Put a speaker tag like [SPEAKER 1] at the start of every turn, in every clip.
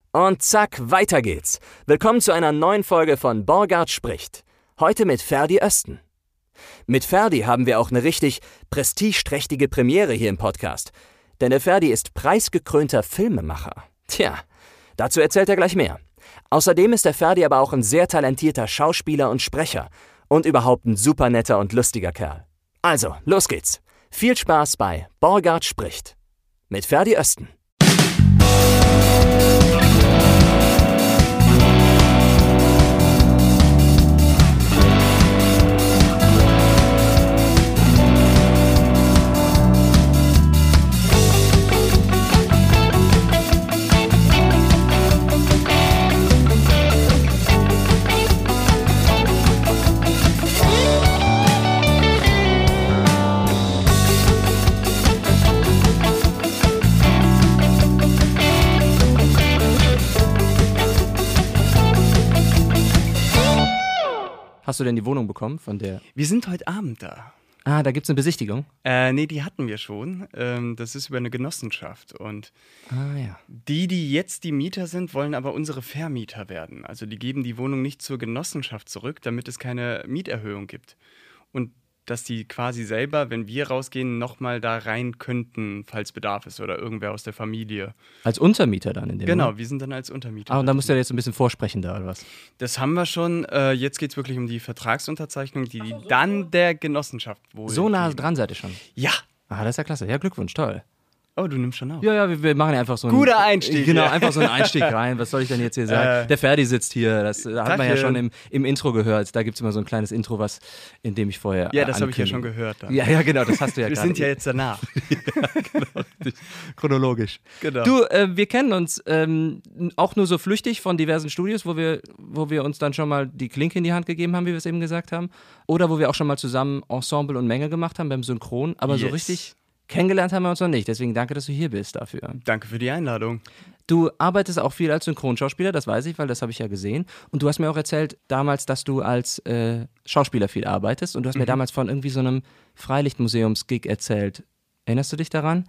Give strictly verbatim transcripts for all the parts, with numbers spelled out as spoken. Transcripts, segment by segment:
[SPEAKER 1] Und zack, weiter geht's. Willkommen zu einer neuen Folge von Borgard spricht. Heute mit Ferdi Östen. Mit Ferdi haben wir auch eine richtig prestigeträchtige Premiere hier im Podcast. Denn der Ferdi ist preisgekrönter Filmemacher. Tja, dazu erzählt er gleich mehr. Außerdem ist der Ferdi aber auch ein sehr talentierter Schauspieler und Sprecher. Und überhaupt ein super netter und lustiger Kerl. Also, los geht's. Viel Spaß bei Borgard spricht. Mit Ferdi Östen. Hast du denn die Wohnung bekommen von der?
[SPEAKER 2] Wir sind heute Abend da.
[SPEAKER 1] Ah, da gibt's eine Besichtigung?
[SPEAKER 2] Äh, nee, die hatten wir schon. Ähm, das ist über eine Genossenschaft. Und
[SPEAKER 1] ah, ja.
[SPEAKER 2] die, die jetzt die Mieter sind, wollen aber unsere Vermieter werden. Also die geben die Wohnung nicht zur Genossenschaft zurück, damit es keine Mieterhöhung gibt. Und dass die quasi selber, wenn wir rausgehen, nochmal da rein könnten, falls Bedarf ist oder irgendwer aus der Familie.
[SPEAKER 1] Als Untermieter dann in dem
[SPEAKER 2] Genau,
[SPEAKER 1] Moment?
[SPEAKER 2] wir sind dann als Untermieter.
[SPEAKER 1] Ah, und da musst du ja jetzt ein bisschen vorsprechen da, oder was?
[SPEAKER 2] Das haben wir schon. Äh, jetzt geht es wirklich um die Vertragsunterzeichnung, die die dann der Genossenschaft wohl
[SPEAKER 1] So nah
[SPEAKER 2] geben.
[SPEAKER 1] dran seid ihr schon?
[SPEAKER 2] Ja.
[SPEAKER 1] Ah, das ist ja klasse. Ja, Glückwunsch, toll.
[SPEAKER 2] Oh, du nimmst schon auf.
[SPEAKER 1] Ja, ja, wir, wir machen ja einfach so einen...
[SPEAKER 2] Guter Einstieg.
[SPEAKER 1] Genau,
[SPEAKER 2] ja.
[SPEAKER 1] einfach so einen Einstieg rein. Was soll ich denn jetzt hier sagen?
[SPEAKER 2] Äh,
[SPEAKER 1] der Ferdi sitzt hier, das da hat
[SPEAKER 2] Tag
[SPEAKER 1] man ja
[SPEAKER 2] hier.
[SPEAKER 1] schon im, im Intro gehört. Da gibt es immer so ein kleines Intro, was, in dem ich vorher
[SPEAKER 2] Ja, das
[SPEAKER 1] äh,
[SPEAKER 2] habe ich ja
[SPEAKER 1] ankündige.
[SPEAKER 2] schon gehört. Dann.
[SPEAKER 1] Ja, ja, genau, das hast du ja
[SPEAKER 2] Wir
[SPEAKER 1] gerade.
[SPEAKER 2] sind ja jetzt danach.
[SPEAKER 1] ja, genau, richtig. Chronologisch.
[SPEAKER 2] Genau.
[SPEAKER 1] Du, äh, wir kennen uns ähm, auch nur so flüchtig von diversen Studios, wo wir, wo wir uns dann schon mal die Klinke in die Hand gegeben haben, wie wir es eben gesagt haben. Oder wo wir auch schon mal zusammen Ensemble und Menge gemacht haben beim Synchron. Aber so
[SPEAKER 2] Yes.
[SPEAKER 1] richtig kennengelernt haben wir uns noch nicht. Deswegen danke, dass du hier bist dafür.
[SPEAKER 2] Danke für die Einladung.
[SPEAKER 1] Du arbeitest auch viel als Synchronschauspieler, das weiß ich, weil das habe ich ja gesehen. Und du hast mir auch erzählt damals, dass du als äh, Schauspieler viel arbeitest. Und du hast
[SPEAKER 2] Mhm.
[SPEAKER 1] mir damals von irgendwie so einem Freilichtmuseums-Gig erzählt. Erinnerst du dich daran?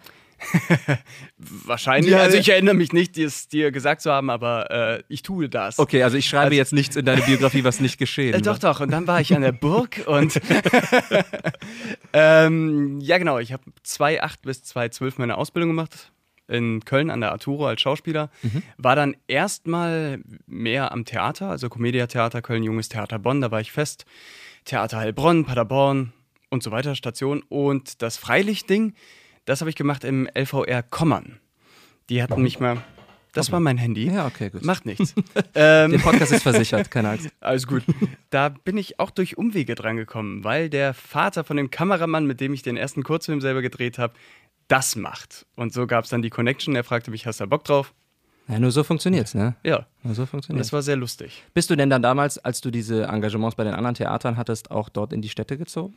[SPEAKER 2] Wahrscheinlich.
[SPEAKER 1] Ja,
[SPEAKER 2] also
[SPEAKER 1] ja.
[SPEAKER 2] ich erinnere mich nicht, es dir gesagt zu haben, aber äh, ich tue das.
[SPEAKER 1] Okay, also ich schreibe
[SPEAKER 2] Also-
[SPEAKER 1] jetzt nichts in deine Biografie, was nicht geschehen
[SPEAKER 2] Äh, doch, doch. Und dann war ich an der Burg und ähm, ja genau, ich habe zweitausendacht bis zweitausendzwölf meine Ausbildung gemacht in Köln an der Arturo als Schauspieler.
[SPEAKER 1] Mhm.
[SPEAKER 2] War dann erstmal mehr am Theater, also Comedia Theater Köln, Junges Theater Bonn, da war ich fest. Theater Heilbronn, Paderborn und so weiter, Station. Und das Freilichtding, das habe ich gemacht im L V R Kommern. Die hatten mich mal... Das war mein Handy.
[SPEAKER 1] Ja, okay, gut.
[SPEAKER 2] Macht nichts. ähm,
[SPEAKER 1] Der Podcast ist versichert, keine Angst.
[SPEAKER 2] alles gut. Da bin ich auch durch Umwege dran gekommen, weil der Vater von dem Kameramann, mit dem ich den ersten Kurzfilm selber gedreht habe, das macht. Und so gab es dann die Connection. Er fragte mich, hast du da Bock drauf?
[SPEAKER 1] Ja, nur so funktioniert's, ne?
[SPEAKER 2] Ja.
[SPEAKER 1] Nur so
[SPEAKER 2] Und
[SPEAKER 1] funktioniert's.
[SPEAKER 2] das war sehr lustig.
[SPEAKER 1] Bist du denn dann damals, als du diese Engagements bei den anderen Theatern hattest, auch dort in die Städte gezogen?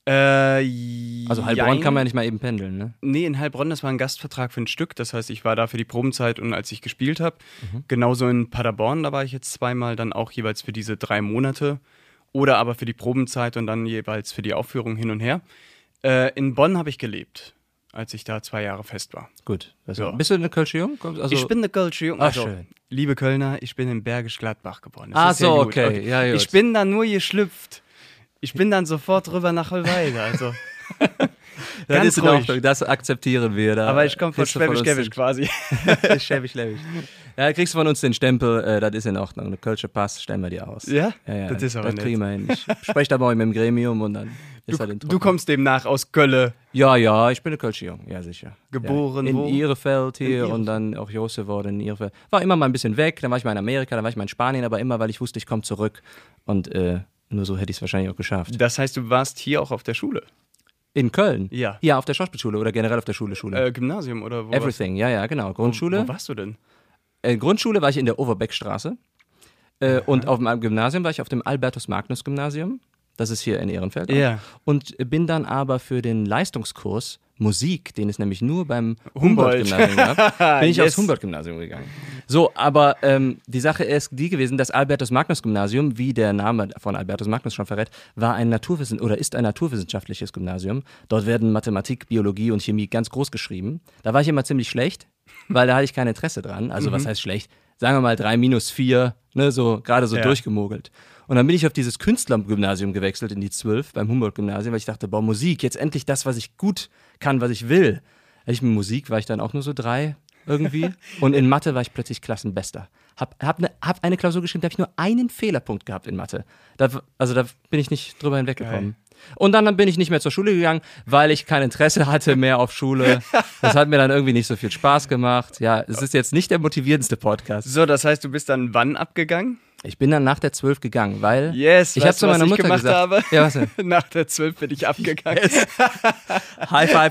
[SPEAKER 2] Äh,
[SPEAKER 1] Also Heilbronn
[SPEAKER 2] jein.
[SPEAKER 1] kann man ja nicht mal eben pendeln, ne?
[SPEAKER 2] Nee, in Heilbronn, das war ein Gastvertrag für ein Stück. Das heißt, ich war da für die Probenzeit und als ich gespielt habe.
[SPEAKER 1] Mhm.
[SPEAKER 2] Genauso in Paderborn, da war ich jetzt zweimal dann auch jeweils für diese drei Monate. Oder aber für die Probenzeit und dann jeweils für die Aufführung hin und her. Äh, in Bonn habe ich gelebt, als ich da zwei Jahre fest war.
[SPEAKER 1] Gut. Also,
[SPEAKER 2] Ja.
[SPEAKER 1] Bist du eine Kölsche Jung? Kommst- Also,
[SPEAKER 2] ich bin eine Kölsche Jung.
[SPEAKER 1] Ach,
[SPEAKER 2] Also,
[SPEAKER 1] schön.
[SPEAKER 2] liebe Kölner, ich bin in Bergisch Gladbach geboren. Das
[SPEAKER 1] Ach
[SPEAKER 2] ist sehr
[SPEAKER 1] so,
[SPEAKER 2] gut.
[SPEAKER 1] okay. Ja, gut.
[SPEAKER 2] Ich bin dann nur geschlüpft. Ich bin dann sofort rüber nach Holweide. Also.
[SPEAKER 1] das
[SPEAKER 2] ganz
[SPEAKER 1] ist in
[SPEAKER 2] ruhig.
[SPEAKER 1] Ordnung, das akzeptieren wir. Da
[SPEAKER 2] Aber ich komme von
[SPEAKER 1] kriegst du von uns
[SPEAKER 2] Schwäbisch-Gäbisch quasi.
[SPEAKER 1] den- Schwäbisch, Schwäbisch. Ja, da kriegst du von uns den Stempel, äh, das ist in Ordnung. Eine Kölsche Pass, stellen wir dir aus.
[SPEAKER 2] Ja?
[SPEAKER 1] Ja, ja,
[SPEAKER 2] Das ist aber
[SPEAKER 1] das
[SPEAKER 2] nett.
[SPEAKER 1] kriegen wir hin. Ich spreche da bei euch mit dem Gremium und dann ist
[SPEAKER 2] Du,
[SPEAKER 1] er den
[SPEAKER 2] du kommst demnach aus Gölle.
[SPEAKER 1] Ja, ja, ich bin eine Kölsche Jung, ja sicher.
[SPEAKER 2] Geboren
[SPEAKER 1] ja. In
[SPEAKER 2] wo?
[SPEAKER 1] Ihrefeld hier
[SPEAKER 2] In
[SPEAKER 1] und dann auch Josef wurde in Ihrefeld. War immer mal ein bisschen weg, dann war ich mal in Amerika, dann war ich mal in Spanien, aber immer, weil ich wusste, ich komme zurück. Und äh, nur so hätte ich es wahrscheinlich auch geschafft.
[SPEAKER 2] Das heißt, du warst hier auch auf der Schule?
[SPEAKER 1] In Köln?
[SPEAKER 2] Ja.
[SPEAKER 1] Ja, auf der Schauspielschule oder generell auf der Schule, Schule.
[SPEAKER 2] Äh, Gymnasium oder wo?
[SPEAKER 1] Everything, ja, ja, genau.
[SPEAKER 2] warst,
[SPEAKER 1] Grundschule.
[SPEAKER 2] wo, wo warst du denn?
[SPEAKER 1] Äh, Grundschule war ich in der Overbeckstraße. Äh, und auf dem Gymnasium war ich auf dem Albertus-Magnus-Gymnasium. Das ist hier in Ehrenfeld. auch.
[SPEAKER 2] Ja.
[SPEAKER 1] Und bin dann aber für den Leistungskurs Musik, den es nämlich nur beim
[SPEAKER 2] Humboldt.
[SPEAKER 1] Humboldt-Gymnasium gab, bin ich
[SPEAKER 2] Yes.
[SPEAKER 1] aufs Humboldt-Gymnasium gegangen. So, aber ähm, die Sache ist die gewesen, das Albertus-Magnus-Gymnasium, wie der Name von Albertus Magnus schon verrät, war ein Naturwissen oder ist ein naturwissenschaftliches Gymnasium. Dort werden Mathematik, Biologie und Chemie ganz groß geschrieben. Da war ich immer ziemlich schlecht, weil da hatte ich kein Interesse dran. Also was heißt schlecht? sagen wir mal drei minus vier, ne, so gerade so
[SPEAKER 2] Ja.
[SPEAKER 1] durchgemogelt. Und dann bin ich auf dieses Künstlergymnasium gewechselt in die zwölf beim Humboldt-Gymnasium, weil ich dachte, boah, Musik, jetzt endlich das, was ich gut kann, was ich will. Ich, mit Musik war ich dann auch nur so drei irgendwie. Und in Mathe war ich plötzlich Klassenbester. Hab, hab, ne, hab eine Klausur geschrieben, da habe ich nur einen Fehlerpunkt gehabt in Mathe. Da, also da bin ich nicht drüber hinweggekommen. Und dann, dann bin ich nicht mehr zur Schule gegangen, weil ich kein Interesse hatte mehr auf Schule. Das hat mir dann irgendwie nicht so viel Spaß gemacht. Ja, es ist jetzt nicht der motivierendste Podcast.
[SPEAKER 2] So, das heißt, du bist dann wann abgegangen?
[SPEAKER 1] Ich bin dann nach der zwölf gegangen, weil
[SPEAKER 2] Yes,
[SPEAKER 1] ich habe
[SPEAKER 2] weißt
[SPEAKER 1] zu
[SPEAKER 2] du, was
[SPEAKER 1] meiner
[SPEAKER 2] ich
[SPEAKER 1] Mutter
[SPEAKER 2] gemacht
[SPEAKER 1] gesagt,
[SPEAKER 2] habe?
[SPEAKER 1] Ja, was denn?
[SPEAKER 2] Nach der zwölf bin ich abgegangen.
[SPEAKER 1] High five.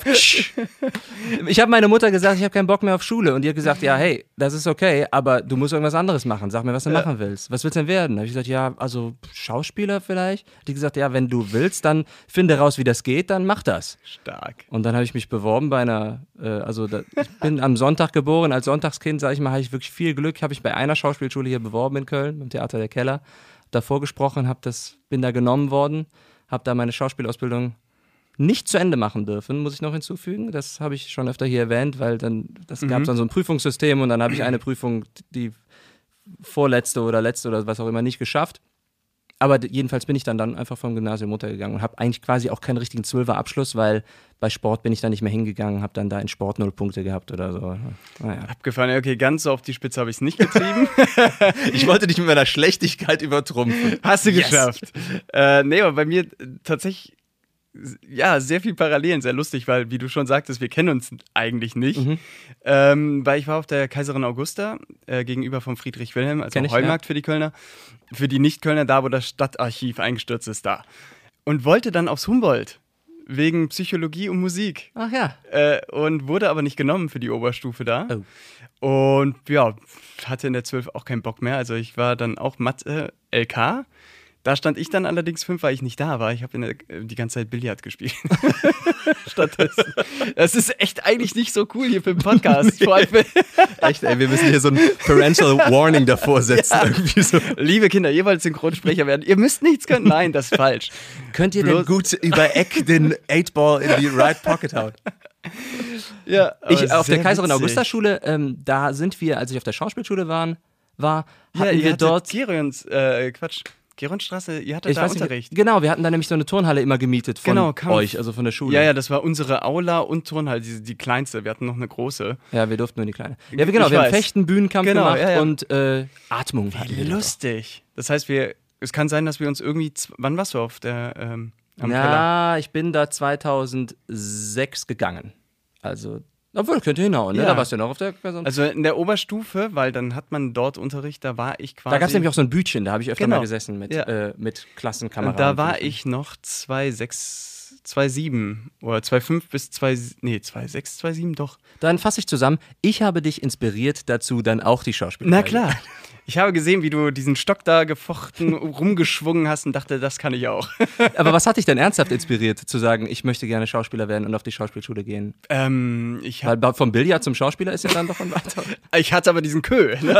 [SPEAKER 1] Ich habe meiner Mutter gesagt, ich habe keinen Bock mehr auf Schule. Und die hat gesagt, ja, hey, das ist okay, aber du musst irgendwas anderes machen. Sag mir, was du
[SPEAKER 2] Ja.
[SPEAKER 1] machen willst. Was willst du denn werden? Da habe ich gesagt, ja, also Schauspieler vielleicht. Die hat gesagt, ja, wenn du willst, dann finde raus, wie das geht, dann mach das.
[SPEAKER 2] Stark.
[SPEAKER 1] Und dann habe ich mich beworben bei einer, äh, also da, ich bin am Sonntag geboren, als Sonntagskind, sage ich mal, hatte ich wirklich viel Glück. Habe ich bei einer Schauspielschule hier beworben in Köln, beim Theater der Keller. Davor gesprochen, hab das, bin da genommen worden, habe da meine Schauspielausbildung nicht zu Ende machen dürfen, muss ich noch hinzufügen. Das habe ich schon öfter hier erwähnt, weil dann, das
[SPEAKER 2] Mhm.
[SPEAKER 1] gab dann so ein Prüfungssystem und dann habe ich eine Prüfung, die vorletzte oder letzte oder was auch immer nicht geschafft. Aber d- jedenfalls bin ich dann, dann einfach vom Gymnasium runtergegangen und habe eigentlich quasi auch keinen richtigen Zwölfer-Abschluss, weil bei Sport bin ich dann nicht mehr hingegangen, habe dann da in Sport null Punkte gehabt oder so. Naja.
[SPEAKER 2] Abgefahren. Okay, ganz so auf die Spitze habe ich es nicht getrieben.
[SPEAKER 1] Ich wollte dich mit meiner Schlechtigkeit übertrumpfen.
[SPEAKER 2] Hast du
[SPEAKER 1] Yes.
[SPEAKER 2] geschafft. Äh, nee, aber bei mir äh, tatsächlich, ja, sehr viel Parallelen, sehr lustig, weil, wie du schon sagtest, wir kennen uns eigentlich nicht.
[SPEAKER 1] Mhm.
[SPEAKER 2] Ähm, weil ich war auf der Kaiserin Augusta äh, gegenüber vom Friedrich Wilhelm, also
[SPEAKER 1] Kenn ich,
[SPEAKER 2] Heumarkt für die Kölner. Für die Nicht-Kölner, da wo das Stadtarchiv eingestürzt ist, da. Und wollte dann aufs Humboldt, wegen Psychologie und Musik.
[SPEAKER 1] Ach ja.
[SPEAKER 2] Äh, und wurde aber nicht genommen für die Oberstufe da.
[SPEAKER 1] Oh.
[SPEAKER 2] Und ja, hatte in der zwölf auch keinen Bock mehr. Also ich war dann auch Mathe L K. Da stand ich dann allerdings fünf, weil ich nicht da war. Ich habe die ganze Zeit Billard gespielt. Stattdessen. Das ist echt eigentlich nicht so cool hier für den Podcast. Vor allem,
[SPEAKER 1] Echt, ey, wir müssen hier so ein Parental Warning davor setzen. Irgendwie so.
[SPEAKER 2] liebe Kinder, ihr wollt Synchronsprecher werden. Ihr müsst nichts können. Nein, das ist falsch.
[SPEAKER 1] Könnt ihr denn
[SPEAKER 2] Bloß-
[SPEAKER 1] gut über Eck den eight Ball in die Right Pocket hauen?
[SPEAKER 2] Ja,
[SPEAKER 1] Ich, auf der
[SPEAKER 2] sehr
[SPEAKER 1] Kaiserin
[SPEAKER 2] witzig.
[SPEAKER 1] Augusta Schule, ähm, da sind wir, als ich auf der Schauspielschule waren, war,
[SPEAKER 2] Ja,
[SPEAKER 1] hatten
[SPEAKER 2] ihr
[SPEAKER 1] wir
[SPEAKER 2] hattet
[SPEAKER 1] dort...
[SPEAKER 2] Gerions, äh, Quatsch, Gerionstraße, ihr hattet
[SPEAKER 1] Ich
[SPEAKER 2] da
[SPEAKER 1] weiß nicht,
[SPEAKER 2] Unterricht.
[SPEAKER 1] genau, wir hatten da nämlich so eine Turnhalle immer gemietet von
[SPEAKER 2] Genau, Kampf.
[SPEAKER 1] euch, also von der Schule.
[SPEAKER 2] Ja, ja, das war unsere Aula und Turnhalle, die, die kleinste. Wir hatten noch eine große.
[SPEAKER 1] Ja, wir durften nur in die kleine. Ja, wir- genau,
[SPEAKER 2] Ich
[SPEAKER 1] wir haben
[SPEAKER 2] weiß.
[SPEAKER 1] Fechten, Bühnenkampf
[SPEAKER 2] Genau,
[SPEAKER 1] gemacht
[SPEAKER 2] ja, ja.
[SPEAKER 1] und äh, Atmung hatten wir dort.
[SPEAKER 2] Lustig. Das heißt, wir, es kann sein, dass wir uns irgendwie, z- wann warst du auf der, ähm, am Keller?
[SPEAKER 1] Ja, ich bin da zweitausendsechs gegangen. Also, obwohl, könnte hinhauen, ne?
[SPEAKER 2] Ja.
[SPEAKER 1] Da warst du ja noch auf der Kaiserin.
[SPEAKER 2] Also in der Oberstufe, weil dann hat man dort Unterricht, da war ich quasi.
[SPEAKER 1] Da gab es nämlich auch so ein Bütchen, da habe ich öfter
[SPEAKER 2] Genau.
[SPEAKER 1] mal gesessen mit,
[SPEAKER 2] Ja.
[SPEAKER 1] äh, mit Klassenkameraden.
[SPEAKER 2] Und da war ich noch zwei Komma sechs, zwei Komma sieben oder zwei Komma fünf bis zwei, nee, zwei Komma sechs, zwei Komma sieben doch.
[SPEAKER 1] Dann fasse ich zusammen, ich habe dich inspiriert dazu, dann auch die Schauspieler.
[SPEAKER 2] Na klar. Ich habe gesehen, wie du diesen Stock da gefochten, rumgeschwungen hast und dachte, das kann ich auch.
[SPEAKER 1] Aber was hat dich denn ernsthaft inspiriert, zu sagen, ich möchte gerne Schauspieler werden und auf die Schauspielschule gehen?
[SPEAKER 2] Ähm, ich, hab,
[SPEAKER 1] Weil vom Billard zum Schauspieler ist ja dann doch ein weiter.
[SPEAKER 2] ich hatte aber diesen Kö. Ne?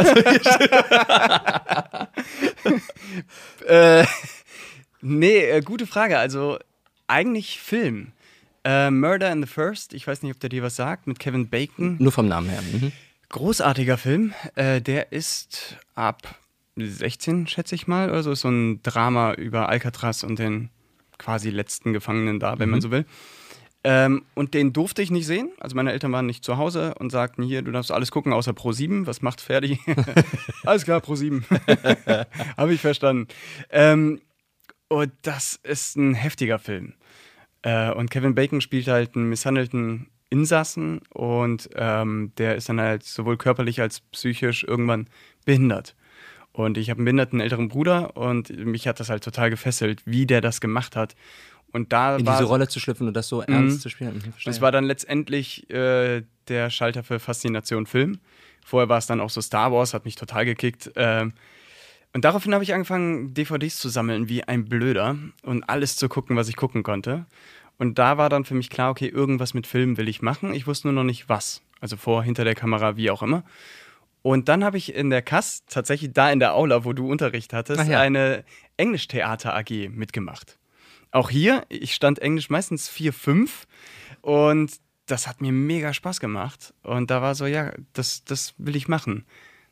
[SPEAKER 2] äh, nee, äh, gute Frage. Also eigentlich Film. Äh, Murder in the First, ich weiß nicht, ob der dir was sagt, mit Kevin Bacon.
[SPEAKER 1] Nur vom Namen her. Mhm.
[SPEAKER 2] Großartiger Film. Äh, der ist ab sechzehn, schätze ich mal. Oder so. Ist so ein Drama über Alcatraz und den quasi letzten Gefangenen da, wenn man so will. Ähm, und den durfte ich nicht sehen. Also meine Eltern waren nicht zu Hause und sagten, hier, du darfst alles gucken, außer Pro sieben. Was macht Ferdi? Alles klar, Pro sieben. Habe ich verstanden. Ähm, und das ist ein heftiger Film. Äh, und Kevin Bacon spielt halt einen misshandelten Insassen und ähm, der ist dann halt sowohl körperlich als psychisch irgendwann behindert. Und ich habe einen behinderten älteren Bruder und mich hat das halt total gefesselt, wie der das gemacht hat. Und da
[SPEAKER 1] In
[SPEAKER 2] war
[SPEAKER 1] diese Rolle zu schlüpfen und das so ernst zu spielen. Mhm, verstehe.
[SPEAKER 2] das war dann letztendlich äh, der Schalter für Faszination Film. Vorher war es dann auch so Star Wars, hat mich total gekickt. Ähm, und daraufhin habe ich angefangen, D V Ds zu sammeln wie ein Blöder und alles zu gucken, was ich gucken konnte. Und da war dann für mich klar, okay, irgendwas mit Film will ich machen. Ich wusste nur noch nicht was. Also vor, hinter der Kamera, wie auch immer. Und dann habe ich in der K A S, tatsächlich da in der Aula, wo du Unterricht hattest,
[SPEAKER 1] Ach ja.
[SPEAKER 2] eine Englischtheater-A G mitgemacht. Auch hier, ich stand Englisch meistens vier, fünf und das hat mir mega Spaß gemacht. Und da war so, ja, das, das will ich machen.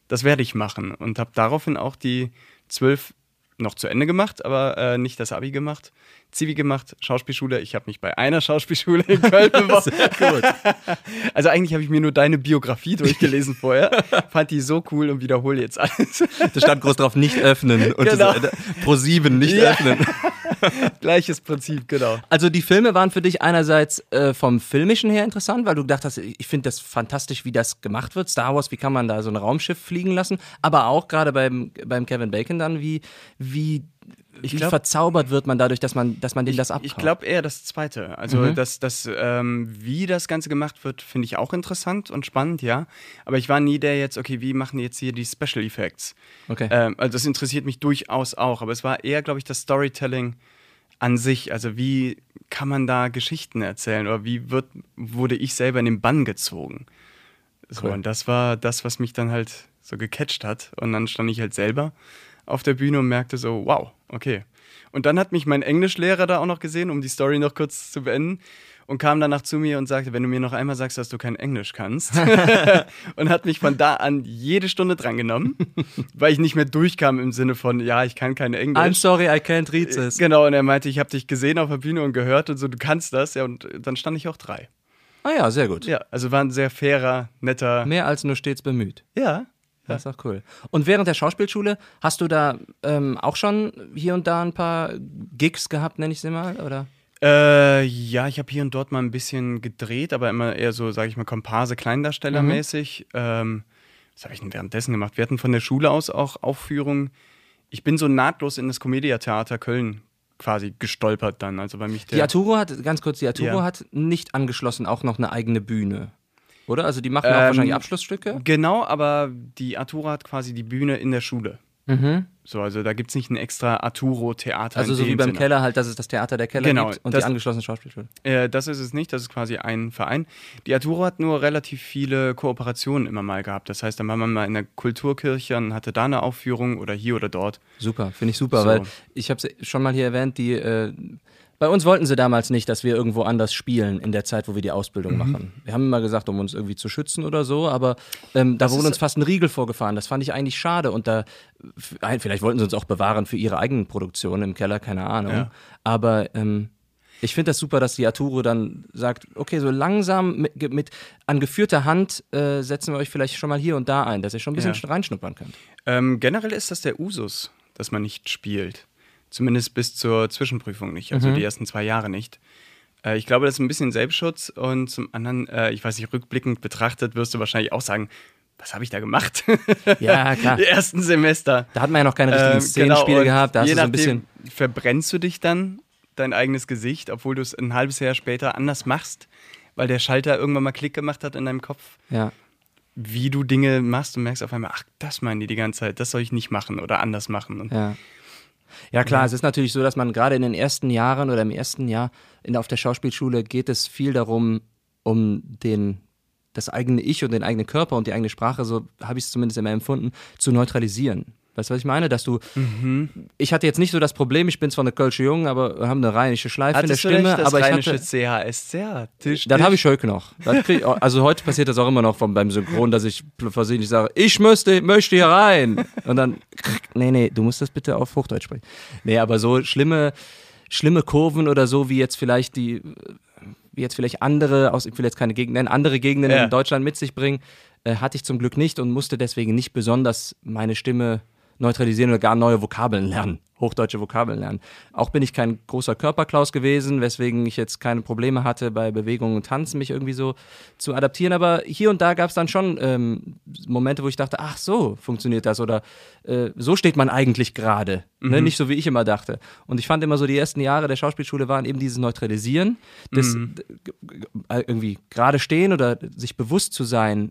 [SPEAKER 2] das werde ich machen. Und habe daraufhin auch die zwölf noch zu Ende gemacht, aber äh, nicht das Abi gemacht. Zivi gemacht, Schauspielschule. Ich habe mich bei einer Schauspielschule in Köln beworben. Gut. Also eigentlich habe ich mir nur deine Biografie durchgelesen vorher. Fand die so cool und wiederhole jetzt alles.
[SPEAKER 1] Da stand groß drauf, nicht öffnen. Und
[SPEAKER 2] genau.
[SPEAKER 1] das, äh, Pro sieben, nicht
[SPEAKER 2] ja.
[SPEAKER 1] öffnen.
[SPEAKER 2] Gleiches Prinzip, genau.
[SPEAKER 1] Also die Filme waren für dich einerseits äh, vom Filmischen her interessant, weil du gedacht hast, ich finde das fantastisch, wie das gemacht wird. Star Wars, wie kann man da so ein Raumschiff fliegen lassen? Aber auch gerade beim, beim Kevin Bacon dann, wie, wie,
[SPEAKER 2] ich
[SPEAKER 1] wie
[SPEAKER 2] glaub,
[SPEAKER 1] verzaubert wird man dadurch, dass man, dass man denen das abkauft?
[SPEAKER 2] Ich glaube eher das Zweite. Also
[SPEAKER 1] Mhm.
[SPEAKER 2] das, das, ähm, wie das Ganze gemacht wird, finde ich auch interessant und spannend, ja. Aber ich war nie der jetzt, okay, wie machen die jetzt hier die Special Effects?
[SPEAKER 1] Okay.
[SPEAKER 2] Ähm, also das interessiert mich durchaus auch. Aber es war eher, glaube ich, das Storytelling an sich. Also wie kann man da Geschichten erzählen? Oder wie wird, wurde ich selber in den Bann gezogen? So,
[SPEAKER 1] Cool.
[SPEAKER 2] und das war das, was mich dann halt so gecatcht hat. Und dann stand ich halt selber auf der Bühne und merkte so, wow, okay. Und dann hat mich mein Englischlehrer da auch noch gesehen, um die Story noch kurz zu beenden, und kam danach zu mir und sagte, wenn du mir noch einmal sagst, dass du kein Englisch kannst. Und hat mich von da an jede Stunde drangenommen, weil ich nicht mehr durchkam im Sinne von, ja, ich kann kein Englisch.
[SPEAKER 1] I'm sorry, I can't read this.
[SPEAKER 2] Genau, und er meinte, ich habe dich gesehen auf der Bühne und gehört und so, du kannst das. Ja, und dann stand ich auch drei.
[SPEAKER 1] Ah ja, sehr gut.
[SPEAKER 2] Ja, also war ein sehr fairer, netter.
[SPEAKER 1] Mehr als nur stets bemüht.
[SPEAKER 2] Ja.
[SPEAKER 1] Das ist auch cool. Und während der Schauspielschule, hast du da ähm, auch schon hier und da ein paar Gigs gehabt, nenne ich sie mal, oder?
[SPEAKER 2] Äh, ja, ich habe hier und dort mal ein bisschen gedreht, aber immer eher so, sage ich mal, Komparse, Kleindarstellermäßig. Mhm. Ähm, was habe ich denn währenddessen gemacht? Wir hatten von der Schule aus auch Aufführungen. Ich bin so nahtlos in das Comedia-Theater Köln quasi gestolpert dann. Also bei mich der
[SPEAKER 1] Die Arturo hat, ganz kurz, die Arturo
[SPEAKER 2] Ja.
[SPEAKER 1] hat nicht angeschlossen auch noch eine eigene Bühne. Oder? Also die machen auch
[SPEAKER 2] Ähm,
[SPEAKER 1] wahrscheinlich Abschlussstücke?
[SPEAKER 2] Genau, aber die Arturo hat quasi die Bühne in der Schule.
[SPEAKER 1] Mhm.
[SPEAKER 2] So, also da gibt es nicht ein extra Arturo-Theater.
[SPEAKER 1] Also
[SPEAKER 2] in
[SPEAKER 1] so
[SPEAKER 2] dem
[SPEAKER 1] wie beim
[SPEAKER 2] Sinne.
[SPEAKER 1] Keller halt, dass es das Theater der Keller
[SPEAKER 2] Genau,
[SPEAKER 1] gibt und
[SPEAKER 2] das-
[SPEAKER 1] die angeschlossene Schauspielschule.
[SPEAKER 2] Äh, das ist es nicht, das ist quasi ein Verein. Die Arturo hat nur relativ viele Kooperationen immer mal gehabt. Das heißt, dann war man mal in der Kulturkirche und hatte da eine Aufführung oder hier oder dort.
[SPEAKER 1] Super, finde ich super,
[SPEAKER 2] So.
[SPEAKER 1] weil ich habe es schon mal hier erwähnt, die äh, bei uns wollten sie damals nicht, dass wir irgendwo anders spielen in der Zeit, wo wir die Ausbildung
[SPEAKER 2] Mhm.
[SPEAKER 1] machen. Wir haben immer gesagt, um uns irgendwie zu schützen oder so, aber ähm, da
[SPEAKER 2] Das
[SPEAKER 1] wurde
[SPEAKER 2] ist-
[SPEAKER 1] uns fast ein Riegel vorgefahren. Das fand ich eigentlich schade und da f- vielleicht wollten sie uns auch bewahren für ihre eigenen Produktionen im Keller, keine Ahnung.
[SPEAKER 2] Ja.
[SPEAKER 1] Aber ähm, ich finde das super, dass die Arturo dann sagt, okay, so langsam mit, mit an geführter Hand äh, setzen wir euch vielleicht schon mal hier und da ein, dass ihr schon ein bisschen
[SPEAKER 2] Ja.
[SPEAKER 1] reinschnuppern könnt.
[SPEAKER 2] Ähm, generell ist das der Usus, dass man nicht spielt. Zumindest bis zur Zwischenprüfung nicht, also
[SPEAKER 1] Mhm.
[SPEAKER 2] die ersten zwei Jahre nicht. Äh, ich glaube, das ist ein bisschen Selbstschutz und zum anderen, äh, ich weiß nicht, rückblickend betrachtet wirst du wahrscheinlich auch sagen, was habe ich da gemacht?
[SPEAKER 1] Ja, klar.
[SPEAKER 2] Die ersten Semester.
[SPEAKER 1] Da hat man ja noch keine richtigen
[SPEAKER 2] Ähm,
[SPEAKER 1] Szenenspiele
[SPEAKER 2] genau, und
[SPEAKER 1] gehabt, da hast
[SPEAKER 2] je
[SPEAKER 1] du so ein
[SPEAKER 2] nachdem
[SPEAKER 1] bisschen.
[SPEAKER 2] verbrennst du dich dann, dein eigenes Gesicht, obwohl du es ein halbes Jahr später anders machst, weil der Schalter irgendwann mal Klick gemacht hat in deinem Kopf,
[SPEAKER 1] Ja.
[SPEAKER 2] wie du Dinge machst und merkst auf einmal, ach, das meinen die die ganze Zeit, das soll ich nicht machen oder anders machen. Und
[SPEAKER 1] Ja. Ja klar, es ist natürlich so, dass man gerade in den ersten Jahren oder im ersten Jahr in, auf der Schauspielschule geht es viel darum, um den, das eigene Ich und den eigenen Körper und die eigene Sprache, so habe ich es zumindest immer empfunden, zu neutralisieren. Weißt du, was ich meine? Dass du,
[SPEAKER 2] Mhm.
[SPEAKER 1] ich hatte jetzt nicht so das Problem, ich bin zwar eine Kölsche Jung, aber wir haben eine rheinische Schleife in der
[SPEAKER 2] hattest du
[SPEAKER 1] Stimme,
[SPEAKER 2] nicht das
[SPEAKER 1] aber ich
[SPEAKER 2] rheinische
[SPEAKER 1] hatte,
[SPEAKER 2] C H S C, ja, Tisch,
[SPEAKER 1] das
[SPEAKER 2] Tisch.
[SPEAKER 1] habe ich heute noch. Das krieg, ich- also heute passiert das auch immer noch vom, beim Synchron, dass ich versehentlich sage, ich müsste, möchte hier rein. Und dann, nee, nee, du musst das bitte auf Hochdeutsch sprechen. Nee, aber so schlimme, schlimme Kurven oder so, wie jetzt vielleicht die, wie jetzt vielleicht andere, aus, ich will jetzt keine Gegenden nennen, andere Gegenden
[SPEAKER 2] Ja.
[SPEAKER 1] in Deutschland mit sich bringen, äh, hatte ich zum Glück nicht und musste deswegen nicht besonders meine Stimme neutralisieren oder gar neue Vokabeln lernen, hochdeutsche Vokabeln lernen. Auch bin ich kein großer Körperklaus gewesen, weswegen ich jetzt keine Probleme hatte, bei Bewegung und Tanzen mich irgendwie so zu adaptieren, aber hier und da gab es dann schon ähm, Momente, wo ich dachte, ach so, funktioniert das oder äh, so steht man eigentlich gerade, ne? Nicht so, wie ich immer dachte. Und ich fand immer so, die ersten Jahre der Schauspielschule waren eben dieses Neutralisieren, das
[SPEAKER 2] Mhm.
[SPEAKER 1] d- g- g- irgendwie gerade stehen oder sich bewusst zu sein,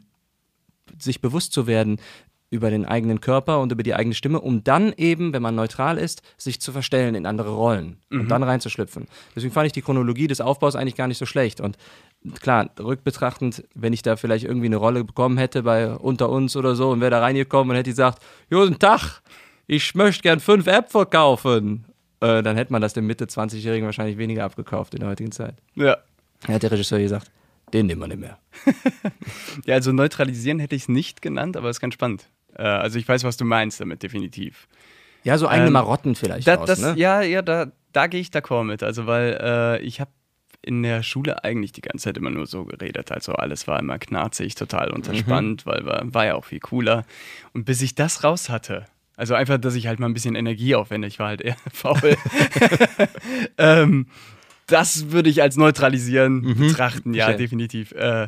[SPEAKER 1] sich bewusst zu werden über den eigenen Körper und über die eigene Stimme, um dann eben, wenn man neutral ist, sich zu verstellen in andere Rollen und dann reinzuschlüpfen. Deswegen fand ich die Chronologie des Aufbaus eigentlich gar nicht so schlecht. Und klar, rückbetrachtend, wenn ich da vielleicht irgendwie eine Rolle bekommen hätte bei Unter uns oder so und wäre da reingekommen und hätte gesagt, guten Tag, ich möchte gern fünf Äpfel kaufen, äh, dann hätte man das dem Mitte zwanzigjährigen wahrscheinlich weniger abgekauft in der heutigen Zeit.
[SPEAKER 2] Ja.
[SPEAKER 1] Da hat der Regisseur gesagt, den nehmen wir nicht mehr.
[SPEAKER 2] Ja, also neutralisieren hätte ich es nicht genannt, aber ist ganz spannend. Äh, also ich weiß, was du meinst damit, definitiv.
[SPEAKER 3] Ja, so eigene
[SPEAKER 2] Ähm,
[SPEAKER 3] Marotten vielleicht
[SPEAKER 2] Da,
[SPEAKER 3] raus,
[SPEAKER 2] das,
[SPEAKER 3] ne?
[SPEAKER 2] Ja, ja, da, da gehe ich d'accord mit. Also, weil äh, ich habe in der Schule eigentlich die ganze Zeit immer nur so geredet. Also alles war immer knarzig, total unterspannt, mhm. weil war, war ja auch viel cooler. Und bis ich das raus hatte, also einfach, dass ich halt mal ein bisschen Energie aufwende, ich war halt eher faul. ähm, das würde ich als neutralisieren mhm. betrachten, ja, okay. definitiv. Äh,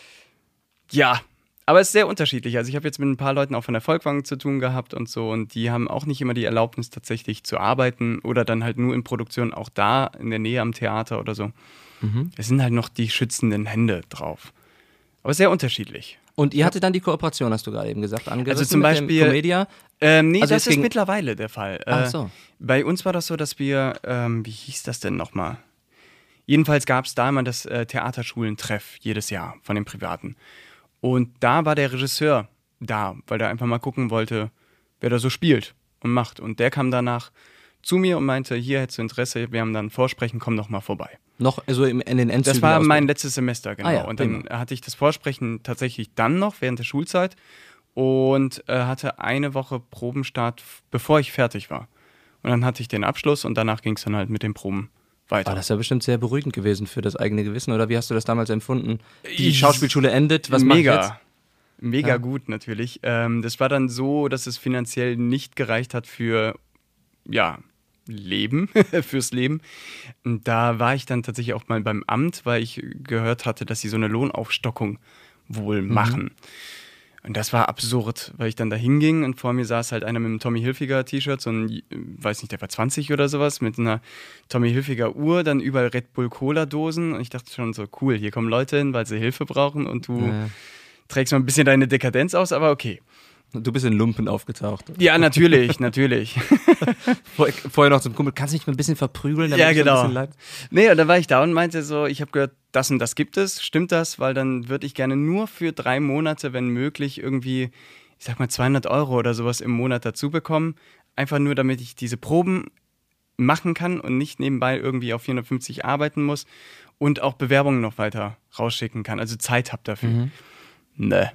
[SPEAKER 2] ja, aber es ist sehr unterschiedlich. Also ich habe jetzt mit ein paar Leuten auch von der Volkwang zu tun gehabt und so und die haben auch nicht immer die Erlaubnis tatsächlich zu arbeiten oder dann halt nur in Produktion, auch da in der Nähe am Theater oder so. Mhm. Es sind halt noch die schützenden Hände drauf. Aber sehr unterschiedlich.
[SPEAKER 3] Und ihr hattet dann die Kooperation, hast du gerade eben gesagt, angerissen
[SPEAKER 2] also zum
[SPEAKER 3] mit
[SPEAKER 2] Beispiel,
[SPEAKER 3] dem Comedia?
[SPEAKER 2] Ähm, nee,
[SPEAKER 3] also
[SPEAKER 2] das ist mittlerweile der Fall.
[SPEAKER 3] Ach so.
[SPEAKER 2] Äh, bei uns war das so, dass wir, ähm, wie hieß das denn nochmal? Jedenfalls gab es da immer das äh, Theaterschulentreff jedes Jahr von den Privaten. Und da war der Regisseur da, weil der einfach mal gucken wollte, wer da so spielt und macht. Und der kam danach zu mir und meinte, hier hättest du Interesse, wir haben dann ein Vorsprechen, komm doch mal vorbei.
[SPEAKER 3] Noch so im, in den Endzügen?
[SPEAKER 2] Das war mein letztes Semester, genau.
[SPEAKER 3] Ah ja,
[SPEAKER 2] und dann prima. hatte ich das Vorsprechen tatsächlich dann noch, während der Schulzeit. Und äh, hatte eine Woche Probenstart, bevor ich fertig war. Und dann hatte ich den Abschluss und danach ging es dann halt mit den Proben weiter.
[SPEAKER 3] Oh, das ist ja bestimmt sehr beruhigend gewesen für das eigene Gewissen, oder wie hast du das damals empfunden? Die ich, Schauspielschule endet, was
[SPEAKER 2] mega,
[SPEAKER 3] macht jetzt?
[SPEAKER 2] Mega ja. gut natürlich. Ähm, das war dann so, dass es finanziell nicht gereicht hat für, ja, Leben, fürs Leben. Und da war ich dann tatsächlich auch mal beim Amt, weil ich gehört hatte, dass sie so eine Lohnaufstockung wohl mhm. machen. Und das war absurd, weil ich dann da hinging und vor mir saß halt einer mit einem Tommy Hilfiger T-Shirt, so ein, weiß nicht, der war zwanzig oder sowas, mit einer Tommy Hilfiger Uhr, dann überall Red Bull Cola Dosen und ich dachte schon so, cool, hier kommen Leute hin, weil sie Hilfe brauchen und du ja. trägst mal ein bisschen deine Dekadenz aus, aber okay.
[SPEAKER 3] Du bist in Lumpen aufgetaucht.
[SPEAKER 2] Ja, natürlich, natürlich.
[SPEAKER 3] Vor, vorher noch zum Kumpel, kannst du mich mal ein bisschen verprügeln?
[SPEAKER 2] Ja, genau. Ein leid? Nee, und dann war ich da und meinte so, ich habe gehört, das und das gibt es, stimmt das? Weil dann würde ich gerne nur für drei Monate, wenn möglich, irgendwie, ich sag mal zweihundert Euro oder sowas im Monat dazu bekommen. Einfach nur, damit ich diese Proben machen kann und nicht nebenbei irgendwie auf vierhundertfünfzig arbeiten muss und auch Bewerbungen noch weiter rausschicken kann, also Zeit habe dafür. Mhm. Ne.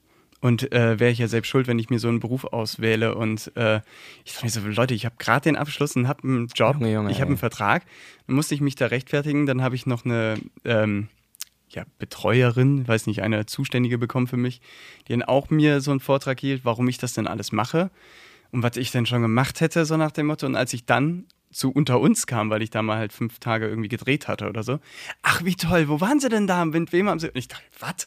[SPEAKER 2] Und äh, wäre ich ja selbst schuld, wenn ich mir so einen Beruf auswähle. Und äh, ich dachte mir so, Leute, ich habe gerade den Abschluss und habe einen Job,
[SPEAKER 3] Junge, Junge,
[SPEAKER 2] ich habe einen Vertrag. Dann musste ich mich da rechtfertigen. Dann habe ich noch eine ähm, ja, Betreuerin, weiß nicht, eine Zuständige bekommen für mich, die dann auch mir so einen Vortrag hielt, warum ich das denn alles mache und was ich denn schon gemacht hätte, so nach dem Motto. Und als ich dann zu Unter uns kam, weil ich da mal halt fünf Tage irgendwie gedreht hatte oder so. Ach, wie toll, wo waren sie denn da? Mit wem haben sie? Und ich dachte, was?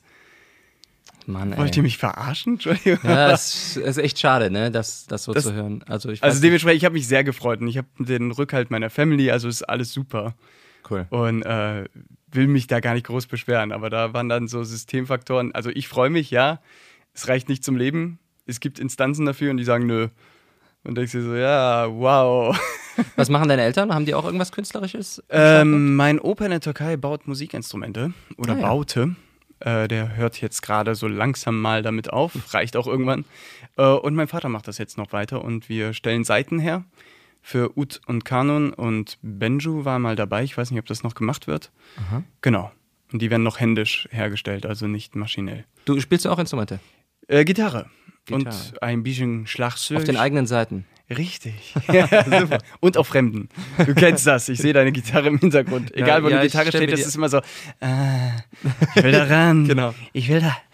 [SPEAKER 3] Mann, ey.
[SPEAKER 2] Wollt ihr mich verarschen? Entschuldigung.
[SPEAKER 3] Ja, es ist echt schade, ne, das, das so das, zu hören. Also, ich
[SPEAKER 2] also dementsprechend, ich habe mich sehr gefreut und ich habe den Rückhalt meiner Family, also ist alles super.
[SPEAKER 3] Cool.
[SPEAKER 2] Und äh, will mich da gar nicht groß beschweren, aber da waren dann so Systemfaktoren. Also ich freue mich, ja, es reicht nicht zum Leben. Es gibt Instanzen dafür und die sagen, nö. Und denkst du so, ja, wow.
[SPEAKER 3] Was machen deine Eltern? Haben die auch irgendwas Künstlerisches?
[SPEAKER 2] Ähm, mein Opa in der Türkei baut Musikinstrumente oder
[SPEAKER 3] ah, ja.
[SPEAKER 2] baute. Äh, der hört jetzt gerade so langsam mal damit auf, reicht auch irgendwann. Äh, und mein Vater macht das jetzt noch weiter und wir stellen Seiten her für Ud und Kanon und Benju war mal dabei. Ich weiß nicht, ob das noch gemacht wird.
[SPEAKER 3] Aha.
[SPEAKER 2] Genau. Und die werden noch händisch hergestellt, also nicht maschinell.
[SPEAKER 3] Du spielst auch Instrumente?
[SPEAKER 2] Äh, Gitarre.
[SPEAKER 3] Gitarre.
[SPEAKER 2] Und ein bisschen Schlagzeug.
[SPEAKER 3] Auf den eigenen Seiten?
[SPEAKER 2] Richtig. Ja, super. Und auf Fremden. Du kennst das. Ich sehe deine Gitarre im Hintergrund. Egal, wo ja, die Gitarre steht, das ist immer so, äh, ich will da ran.
[SPEAKER 3] Genau.
[SPEAKER 2] Ich will da.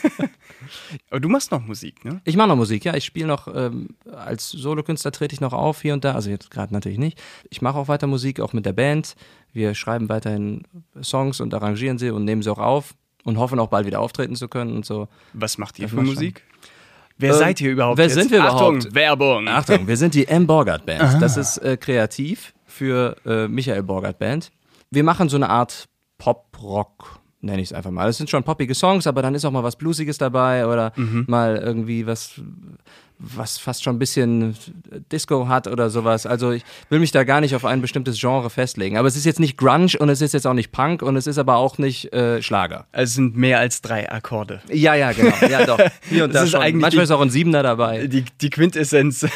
[SPEAKER 2] Aber du machst noch Musik, ne?
[SPEAKER 3] Ich mache noch Musik, ja. Ich spiele noch, ähm, als Solokünstler trete ich noch auf hier und da. Also jetzt gerade natürlich nicht. Ich mache auch weiter Musik, auch mit der Band. Wir schreiben weiterhin Songs und arrangieren sie und nehmen sie auch auf und hoffen auch bald wieder auftreten zu können und so.
[SPEAKER 2] Was macht ihr für Musik? Wer ähm, seid ihr überhaupt?
[SPEAKER 3] Wer
[SPEAKER 2] jetzt?
[SPEAKER 3] sind wir
[SPEAKER 2] Achtung,
[SPEAKER 3] überhaupt?
[SPEAKER 2] Werbung.
[SPEAKER 3] Achtung, wir sind die M. Borgard Band. Aha. Das ist äh, kreativ für äh, Michael Borgard Band. Wir machen so eine Art Pop-Rock, nenne ich es einfach mal. Es sind schon poppige Songs, aber dann ist auch mal was Bluesiges dabei oder mhm. mal irgendwie was, was fast schon ein bisschen Disco hat oder sowas. Also ich will mich da gar nicht auf ein bestimmtes Genre festlegen. Aber es ist jetzt nicht Grunge und es ist jetzt auch nicht Punk und es ist aber auch nicht äh, Schlager.
[SPEAKER 2] Also es sind mehr als drei Akkorde.
[SPEAKER 3] Ja, ja, genau. Ja, doch. Hier und da ist schon. Manchmal die, ist auch ein Siebener dabei.
[SPEAKER 2] Die, die Quintessenz.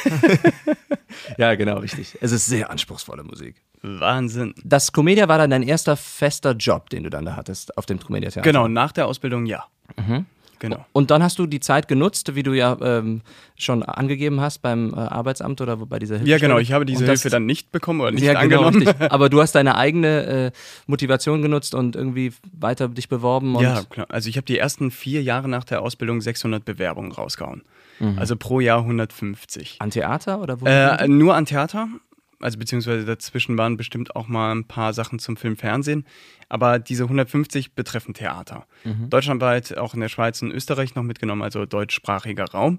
[SPEAKER 3] Ja, genau, richtig. Es ist sehr anspruchsvolle Musik.
[SPEAKER 2] Wahnsinn.
[SPEAKER 3] Das Comedia war dann dein erster fester Job, den du dann da hattest auf dem Comedia Theater?
[SPEAKER 2] Genau, nach der Ausbildung ja.
[SPEAKER 3] Mhm.
[SPEAKER 2] genau.
[SPEAKER 3] Und dann hast du die Zeit genutzt, wie du ja ähm, schon angegeben hast beim äh, Arbeitsamt oder bei dieser Hilfe.
[SPEAKER 2] Ja, genau, ich habe diese
[SPEAKER 3] und das,
[SPEAKER 2] Hilfe dann nicht bekommen oder nicht
[SPEAKER 3] ja, genau,
[SPEAKER 2] angenommen.
[SPEAKER 3] richtig. Aber du hast deine eigene äh, Motivation genutzt und irgendwie weiter dich beworben. Und
[SPEAKER 2] ja, klar. Also ich habe die ersten vier Jahre nach der Ausbildung sechshundert Bewerbungen rausgehauen. Mhm. Also pro Jahr hundertfünfzig.
[SPEAKER 3] An Theater oder wo?
[SPEAKER 2] Äh, nur an Theater. Also beziehungsweise dazwischen waren bestimmt auch mal ein paar Sachen zum Film, Fernsehen. Aber diese hundertfünfzig betreffen Theater. Mhm. Deutschlandweit, auch in der Schweiz und Österreich noch mitgenommen, also deutschsprachiger Raum.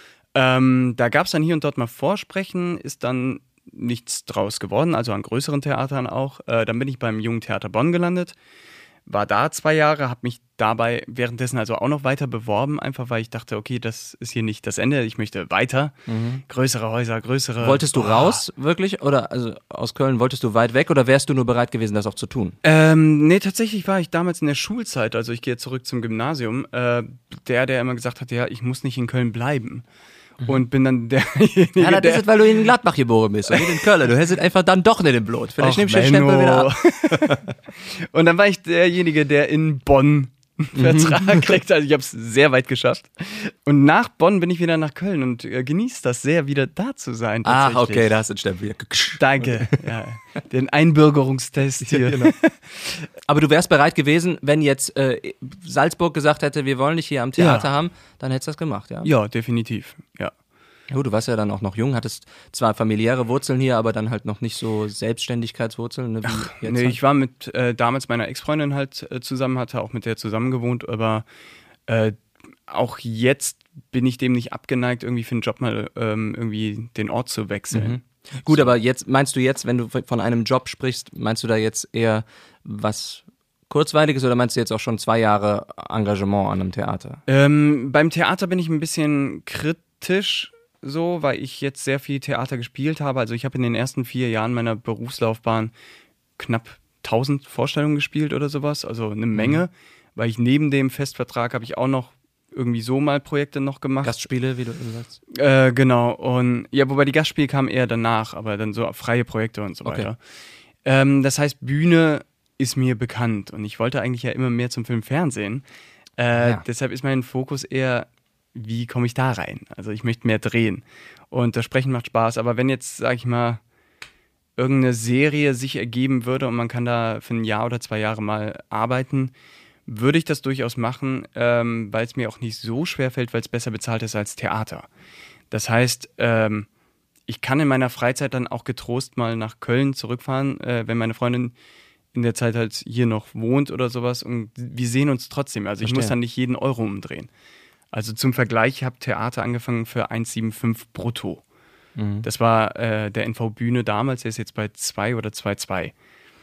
[SPEAKER 2] Ähm, da gab es dann hier und dort mal Vorsprechen, ist dann nichts draus geworden, also an größeren Theatern auch. Äh, dann bin ich beim Jungen Theater Bonn gelandet. War da zwei Jahre, habe mich dabei währenddessen also auch noch weiter beworben, einfach weil ich dachte, okay, das ist hier nicht das Ende, ich möchte weiter. Mhm. Größere Häuser, größere...
[SPEAKER 3] Wolltest du
[SPEAKER 2] oh.
[SPEAKER 3] raus, wirklich? Oder also aus Köln, wolltest du weit weg oder wärst du nur bereit gewesen, das auch zu tun?
[SPEAKER 2] Ähm, nee, tatsächlich war ich damals in der Schulzeit, also ich gehe zurück zum Gymnasium, äh, der, der immer gesagt hat, ja, ich muss nicht in Köln bleiben. Und bin dann derjenige,
[SPEAKER 3] ja, das
[SPEAKER 2] der...
[SPEAKER 3] ist es, weil du in Gladbach geboren bist und nicht in Köln. Du hättest einfach dann doch nicht im Blut. Vielleicht nimmst du den Stempel wieder ab.
[SPEAKER 2] Und dann war ich derjenige, der in Bonn einen Vertrag kriegt. Also ich habe es sehr weit geschafft. Und nach Bonn bin ich wieder nach Köln und äh, genieße das sehr, wieder da zu sein.
[SPEAKER 3] Ah, okay, da hast du den Stempel wieder.
[SPEAKER 2] Danke. Ja, den Einbürgerungstest hier.
[SPEAKER 3] Ja, genau. Aber du wärst bereit gewesen, wenn jetzt äh, Salzburg gesagt hätte, wir wollen dich hier am Theater ja. haben, dann hättest du das gemacht, ja?
[SPEAKER 2] Ja, definitiv, ja.
[SPEAKER 3] Ja, du warst ja dann auch noch jung, hattest zwar familiäre Wurzeln hier, aber dann halt noch nicht so Selbstständigkeitswurzeln. Ne, wie
[SPEAKER 2] Ach,
[SPEAKER 3] jetzt
[SPEAKER 2] nee,
[SPEAKER 3] halt.
[SPEAKER 2] ich war mit äh, damals meiner Ex-Freundin halt äh, zusammen, hatte auch mit der zusammen gewohnt, aber äh, auch jetzt bin ich dem nicht abgeneigt, irgendwie für einen Job mal ähm, irgendwie den Ort zu wechseln.
[SPEAKER 3] Mhm. Gut, so. Aber jetzt meinst du jetzt, wenn du von einem Job sprichst, meinst du da jetzt eher was Kurzweiliges oder meinst du jetzt auch schon zwei Jahre Engagement an einem Theater?
[SPEAKER 2] Ähm, beim Theater bin ich ein bisschen kritisch, so, weil ich jetzt sehr viel Theater gespielt habe. Also ich habe in den ersten vier Jahren meiner Berufslaufbahn knapp tausend Vorstellungen gespielt oder sowas, also eine Menge, mhm. weil ich neben dem Festvertrag habe ich auch noch irgendwie so mal Projekte noch gemacht.
[SPEAKER 3] Gastspiele, wie du sagst?
[SPEAKER 2] Äh, genau, und ja, wobei die Gastspiele kamen eher danach, aber dann so freie Projekte und so
[SPEAKER 3] okay.
[SPEAKER 2] weiter. Ähm, das heißt, Bühne ist mir bekannt und ich wollte eigentlich ja immer mehr zum Film, Fernsehen. Äh, ja. Deshalb ist mein Fokus eher, wie komme ich da rein? Also ich möchte mehr drehen. Und das Sprechen macht Spaß. Aber wenn jetzt, sag ich mal, irgendeine Serie sich ergeben würde und man kann da für ein Jahr oder zwei Jahre mal arbeiten, würde ich das durchaus machen, ähm, weil es mir auch nicht so schwer fällt, weil es besser bezahlt ist als Theater. Das heißt, ähm, ich kann in meiner Freizeit dann auch getrost mal nach Köln zurückfahren, äh, wenn meine Freundin in der Zeit halt hier noch wohnt oder sowas. Und wir sehen uns trotzdem. Also ich muss dann nicht jeden Euro umdrehen. Also zum Vergleich, ich habe Theater angefangen für eins Komma fünfundsiebzig brutto. Mhm. Das war äh, der N V Bühne damals, der ist jetzt bei zwei oder zwei Komma zwei.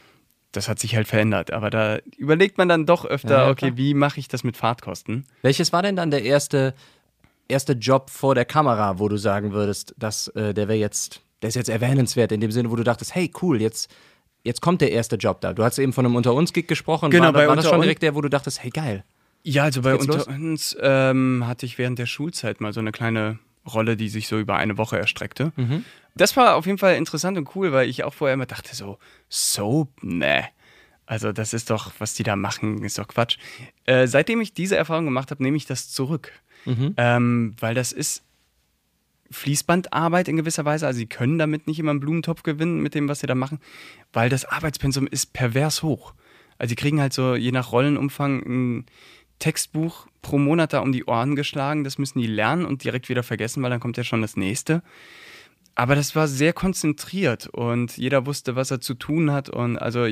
[SPEAKER 2] Das hat sich halt verändert. Aber da überlegt man dann doch öfter, ja, ja, okay, wie mache ich das mit Fahrtkosten?
[SPEAKER 3] Welches war denn dann der erste, erste Job vor der Kamera, wo du sagen würdest, dass äh, der wäre jetzt, der ist jetzt erwähnenswert, in dem Sinne, wo du dachtest, hey, cool, jetzt, jetzt kommt der erste Job da. Du hast eben von einem Unter-uns-Gig gesprochen.
[SPEAKER 2] Genau,
[SPEAKER 3] war,
[SPEAKER 2] bei
[SPEAKER 3] war das
[SPEAKER 2] Unter
[SPEAKER 3] schon direkt der, wo du dachtest, hey, geil?
[SPEAKER 2] Ja, also bei Unter
[SPEAKER 3] los?
[SPEAKER 2] uns ähm, hatte ich während der Schulzeit mal so eine kleine Rolle, die sich so über eine Woche erstreckte. Mhm. Das war auf jeden Fall interessant und cool, weil ich auch vorher immer dachte so, Soap, ne. Also das ist doch, was die da machen, ist doch Quatsch. Äh, seitdem ich diese Erfahrung gemacht habe, nehme ich das zurück. Mhm. Ähm, weil das ist Fließbandarbeit in gewisser Weise. Also sie können damit nicht immer einen Blumentopf gewinnen mit dem, was sie da machen, weil das Arbeitspensum ist pervers hoch. Also sie kriegen halt so je nach Rollenumfang ein Textbuch pro Monat da um die Ohren geschlagen. Das müssen die lernen und direkt wieder vergessen, weil dann kommt ja schon das nächste. Aber das war sehr konzentriert und jeder wusste, was er zu tun hat. Und also